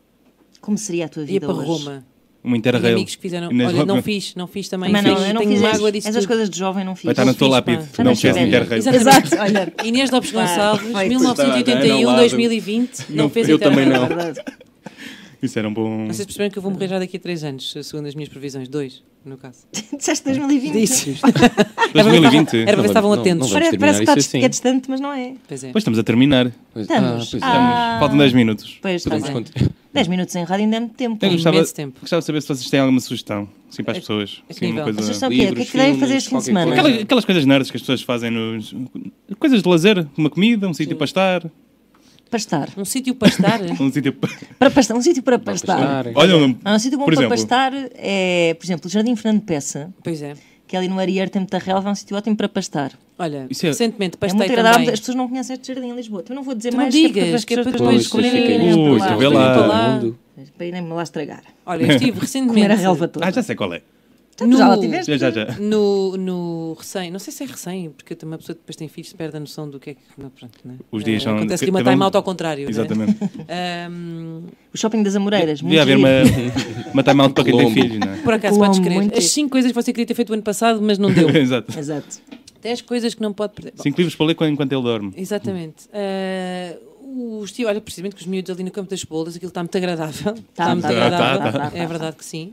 Como seria a tua Ia vida para hoje? Roma. Uma Tenho Interrail. amigos que fizeram... Inês Olha, não Lopes. fiz, não fiz também. Também não, Fiz- eu não tenho fiz mágoa essas, disso essas tudo. coisas de jovem, não fiz. Vai estar Não na tua fiz, lápide. pá. Já Não nasci fez velha. Interrail. Exatamente. Exato, olha. Inês Lopes Pá, Gonçalves, perfeito. mil novecentos e oitenta e um a dois mil e vinte, não, Não, fez eu também Interrail. não. Verdade. Isso era um bom. Vocês perceberam que eu vou morrer já daqui a três anos, segundo as minhas previsões. Dois, no caso. Disseste dois mil e vinte. Disse. dois mil e vinte. Era para ver se estavam Não, não atentos. vamos Parece, terminar parece que, está isso assim. que é distante, mas não é. Pois é. Depois estamos a terminar. Pois- Estamos. Ah, pois é. Ah. Faltam dez minutos. Pois, Podemos está bem. continuar. dez minutos em rádio ainda é muito tempo. Eu gostava, imenso tempo. gostava de saber se vocês têm alguma sugestão assim, para as A- pessoas. a que Assim, uma nível? coisa... Vocês são o quê? O que é Livros, que devem filmes, fazer este fim de qualquer semana? coisa. Aquelas, aquelas coisas nerds que as pessoas fazem nos. Coisas de lazer, uma comida, um sítio para estar. Para estar. Um sítio para estar. Um sítio para. Para pastar. Um sítio para pastar. pastar. Olha, um- Ah, um sítio bom por para exemplo, pastar é, por exemplo, o Jardim Fernando Peça, Pois é. que é ali no Arieiro, tem muita relva, é um sítio ótimo para pastar. Olha, Isso é- recentemente É pastei muito agradável, também. as pessoas não conhecem este jardim em Lisboa. Eu não vou dizer Tu não mais, digas, que é para as que é pessoas para depois Pois, depois descobrirem fica e aí. irem Ui, para lá. vê lá. Para lá. Mundo. Para irem-me lá estragar. Olha, eu estive Comer a recentemente relva toda. Ah, já sei qual é. Já, tu já lá tiveste? Já, já, já. no, no recém, não sei se é recém, porque eu também uma pessoa que depois tem filhos perde a noção do que é que. Não, pronto, né? Os dias Eh, são- Acontece-lhe uma cada um- time-out ao contrário. Exatamente. Né? Ahm, O Shopping das Amoreiras. Devia muito haver giro. uma, uma time-out para quem tem Colombo. filhos, não é? por acaso, Colombo, podes crer. muito As giro. cinco coisas que você queria ter feito o ano passado, mas não deu. Exato. Exato. dez coisas que não pode perder. Bom, Cinco livros para ler enquanto ele dorme. exatamente. Ah, o estilo, olha, precisamente com os miúdos ali no campo das bolas, aquilo está muito agradável. Tá, muito tá, tá, agradável. tá, tá, tá. É verdade que sim.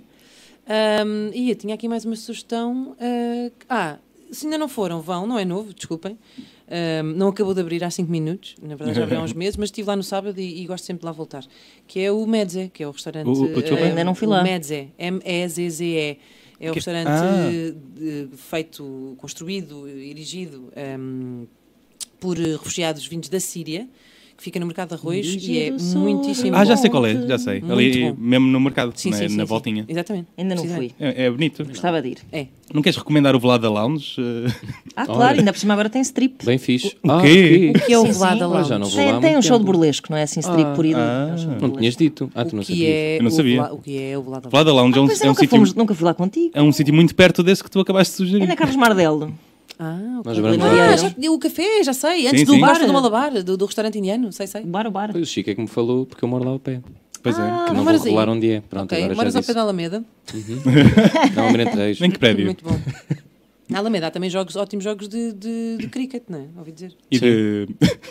Ahm, e eu tinha aqui mais uma sugestão. ah, ah, se ainda não foram, vão, não é novo, desculpem. Ahm, não acabou de abrir há cinco minutos, na verdade já abriu há uns meses, mas estive lá no sábado e, e gosto sempre de lá voltar. Que é o Medze, que é o restaurante. O- o- desculpa? ah, Ainda não fui o lá. Medze, M E Z Z E. É o Que- restaurante Ah. de- feito, construído, erigido ahm, por eh, refugiados vindos da Síria, que fica no Mercado de Arroz e é Erigido sobre muitíssimo Ah, já bom. sei qual é, já sei. Muito Ali bom. mesmo no mercado, Sim, na, sim, sim, na sim. voltinha. Exatamente. Ainda não Precisamente. fui. É, é bonito. Gostava de ir. É. Não queres recomendar o Velada Lounge? Eh, Ah, claro, Olha. ainda por cima agora tem strip. Bem fixe. O Ah, quê? ok. Que é o Sim, Velada sim. Ah, Lounge. já não vou lá há Tem, tem um muito show de tempo. burlesco, não é assim strip Ah. por ir. Ah. é um show de Não burlesco. tinhas dito. Ah, tu O não que sabias. é Eu não o sabia. Vela- O que é o Velada Lounge? Velada Lounge é um, Pois é eu um nunca, sítio fomos, nunca fui lá contigo. é um sítio muito perto desse que tu acabaste de É sugerir. na Carlos Mardelo. Ah, ok. Nós vamos lá. Ah, já, o café, já sei. Antes Sim, do sim. bar Bar. do Malabar, do, do restaurante indiano, sei, sei. O bar, o bar. Pois o Chico é que me falou, porque eu moro lá ao pé. Pois é. Ah, Que não moras vou aí? revelar onde é. Pronto, Ok, agora moras já ao pé disse. da Alameda. Não, Almirante Reis. Em que prédio? Muito bom. Na Alameda há também jogos, ótimos jogos de, de, de cricket, não é? Ouvi dizer. E de...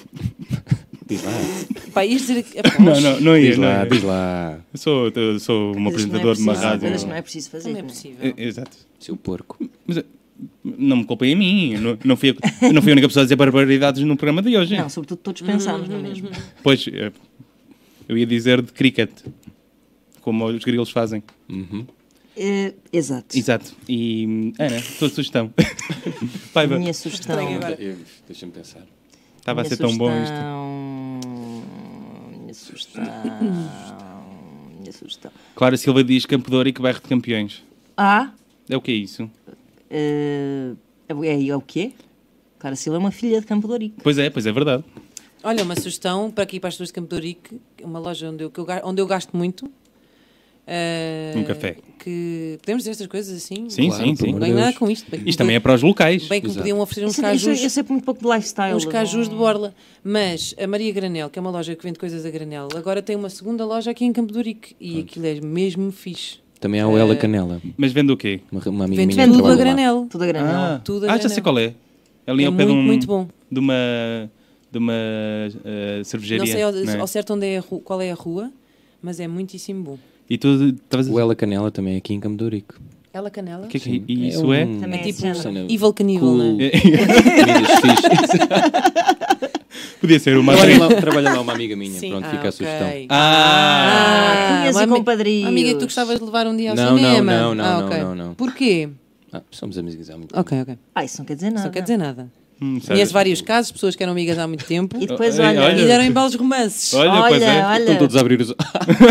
Diz lá. Pá, ias dizer... Epá, Não, mas não, não ia. Diz Não lá, ia. diz lá. Eu sou, eu sou um Coisas que não é apresentador de uma preciso- rádio. Coisas que não é preciso fazer. Como é não é? possível? É, exato. Seu porco. Mas, eh, Não me culpem a mim. Não, não, fui, a, não fui a única pessoa a dizer barbaridades no programa de hoje. Não, sobretudo todos pensámos, não é mesmo? Pois, eu ia dizer de cricket, como os grilos fazem. Uhum. Uh, exato. Exato. E, Ana, tua sugestão. Paiva, Minha sugestão. Eu- Deixa-me pensar. estava a Minha ser tão bom isto. sugestão- Minha sugestão. Minha sugestão. Clara Silva diz Campo de Ourique, bairro de Campeões. Ah, É o que é isso? uh, é, é o quê? Clara Silva é uma filha de Campo de Ourique. Pois é, pois é verdade. Olha, uma sugestão para aqui para as pessoas de Campo de Ourique, uma loja onde eu, que eu ga- onde eu gasto muito. eh, Um café. Que podemos dizer estas coisas assim? Sim, Claro, sim, pelo sim. amor Não de ganho nada Deus. com isto. Bem, que Isto também é para os locais. Bem que me Exato. podiam oferecer uns Isso- isso- cajus. eu sei muito pouco de lifestyle. Uns cajus de não- borla. Mas a Maria Granel, que é uma loja que vende coisas a granel, agora tem uma segunda loja aqui em Campo de Ourique. E aquilo é mesmo fixe. Também há o Ela Canela, Mas vende o quê? uma, uma amiga Vende minha tudo que a trabalha lá. granel. Tudo a granel. Ah, Tudo a ah já sei granel. qual é. Ali É ao pé de, muito, um, muito bom. de uma, de uma uh, cervejaria. Não sei ao, não é? ao certo onde é a ru- qual é a rua, mas é muitíssimo bom. E tu estavas a O Ela Canela também é aqui em Campo de Ourique. Ela Canela? O que é que Sim. isso é? um- Também É é tipo género. cena Evil Caníbal, cool. não é? Comidas fixe. Podia ser uma Trabalha lá, trabalha lá uma amiga minha, Sim. pronto, Ah, fica a ok. sugestão. Ah! Cunhas uma e ami- compadrios. uma amiga que tu gostavas de levar um dia ao Não, não, cinema. não, não, ah, não, ok. não, não. Porquê? Ah, somos amigos há muito Ok, ok. Ah, isso não quer dizer Isso nada. não quer dizer nada. Hum, sabe? Conheço vários casos, pessoas que eram amigas há muito tempo E depois, Ei, olha, olha. e deram em belos romances. Olha, pois é. olha. Estão todos a abrir os...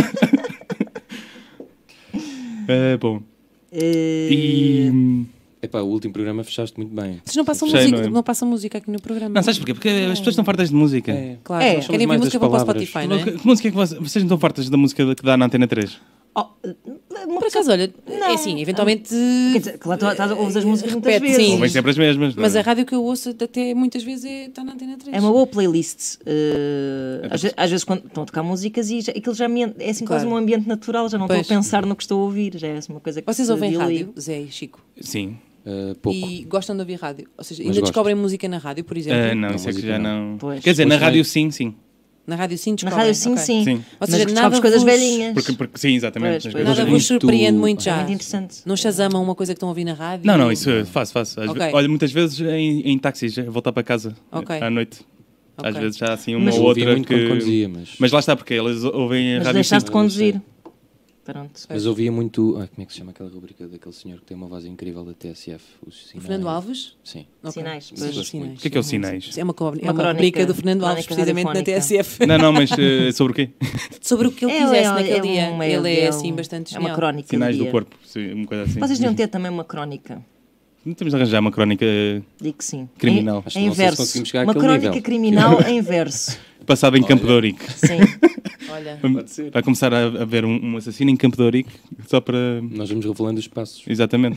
É, bom. eh, E. Epá, o último programa fechaste muito bem. Vocês não passam, Fechei, música, não é? não passam música aqui no programa. Não, sabes porquê? Porque as pessoas estão fartas de música. Claro, É. nós Somos querem mais ouvir das música, vão para o palavras. Spotify, não é? Que, que música é que vocês, vocês não estão fartas da música que dá na Antena três? oh, uma Por acaso, olha, Não. é assim, eventualmente... Quer dizer, que lá tu, tu ouves as músicas muitas Repete, vezes. sim. Ouvem sempre as mesmas. não Mas é? a rádio que eu ouço até muitas vezes é, está na Antena três. É uma boa playlist. eh, às, ve- às vezes quando estão a tocar músicas e já, aquilo já me, é assim quase Claro. um ambiente natural, já não Pois. estou a pensar no que estou a ouvir, já é assim uma coisa que Vocês se ouvem dilui. rádio, Zé e Chico? Sim. Uh, pouco. E gostam de ouvir rádio? Ou seja, Mas ainda gosto. descobrem música na rádio, por exemplo? Ah, não, Não, isso é que música já não. não. Pois. Quer dizer, na Pois rádio bem. sim, sim. Na rádio sim Na descobrem? rádio sim, ok. sim. Sim. Ou Mas seja, descobres nada coisas vos- velhinhas. Porque, porque, sim, exatamente. Pois, As pois. coisas- Nada muito- vos surpreende muito É já. muito interessante. Não chazamam uma coisa que estão a ouvir na rádio? Não, não, isso eu faço, faço. Às Ok. ve- Olha, muitas vezes em, em táxis, a voltar para casa Ok. à noite. Às Ok. vezes já há assim uma Mas ou Eu ouvia outra muito que. quando conduzia, mas... Mas lá está, porque eles ouvem a Mas rádio deixaste de sim. conduzir. Pronto. Mas ouvia muito... Ah, como é que se chama aquela rubrica daquele senhor que tem uma voz incrível da T S F? Os O sinais. Fernando Alves? Sim. Ok. Sinais, Sim, pois. sinais. O que é que é o Sinais? É uma, co- é Uma uma crónica- rubrica do Fernando Alves, crónica precisamente na T S F. Não, não, mas eh, sobre o quê? Sobre o que ele É, quisesse é, naquele é dia. uma- ele é é assim um- bastante É uma genial. crónica. Sinais do dia. corpo, sim, uma coisa assim. Vocês deviam ter também uma crónica. Temos de arranjar uma crónica Digo que sim. Criminal. Em, Acho que em não sei se verso. conseguimos chegar Uma àquele crónica nível. criminal em verso. passada em Campo de Ourique. Sim. Olha, Vai começar a haver um, um assassino em Campo de Ourique só para. Nós vamos revelando os passos. Exatamente.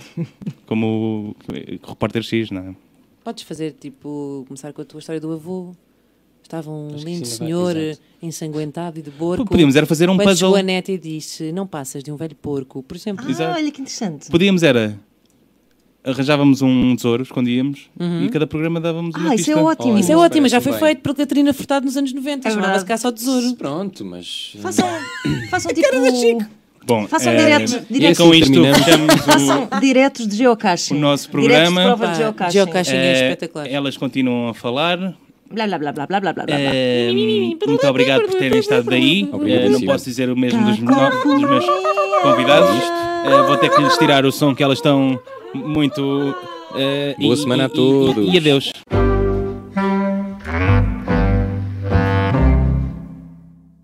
Como o, o repórter X, não é? podes fazer, tipo, começar com a tua história do avô. Estava um Acho que lindo sim, vai, senhor exato. ensanguentado e de porco. Podíamos era fazer um Quando puzzle. chegou a neta e disse, não passas de um velho porco, por exemplo. Ah, Exato. olha que interessante. Podíamos era. Arranjávamos um tesouro, escondíamos e cada programa dávamos uma Ah, isso pista. é ótimo. Oh, Isso é Isso ótimo, já parece foi bem. feito pela Catarina Furtado nos anos noventa. É Chamava-se verdade. Caça ao Tesouro. Pronto, mas... Façam, façam tipo... Bom, Façam eh, diretos- e diretos- com isto terminamos. fechamos o, Façam diretos de geocaching. o nosso Diretos programa. de prova Pá, de geocaching. geocaching. é Eh, espetacular. Elas continuam a falar. Blá, blá, blá, blá, blá, blá, blá, blá. Eh, muito obrigado por terem estado daí. Eh, não Obrigadíssimo. posso dizer o mesmo dos, no- dos meus convidados. Eh, vou ter que lhes tirar o som que elas estão muito. eh, Boa e- semana a e- e- todos. E adeus.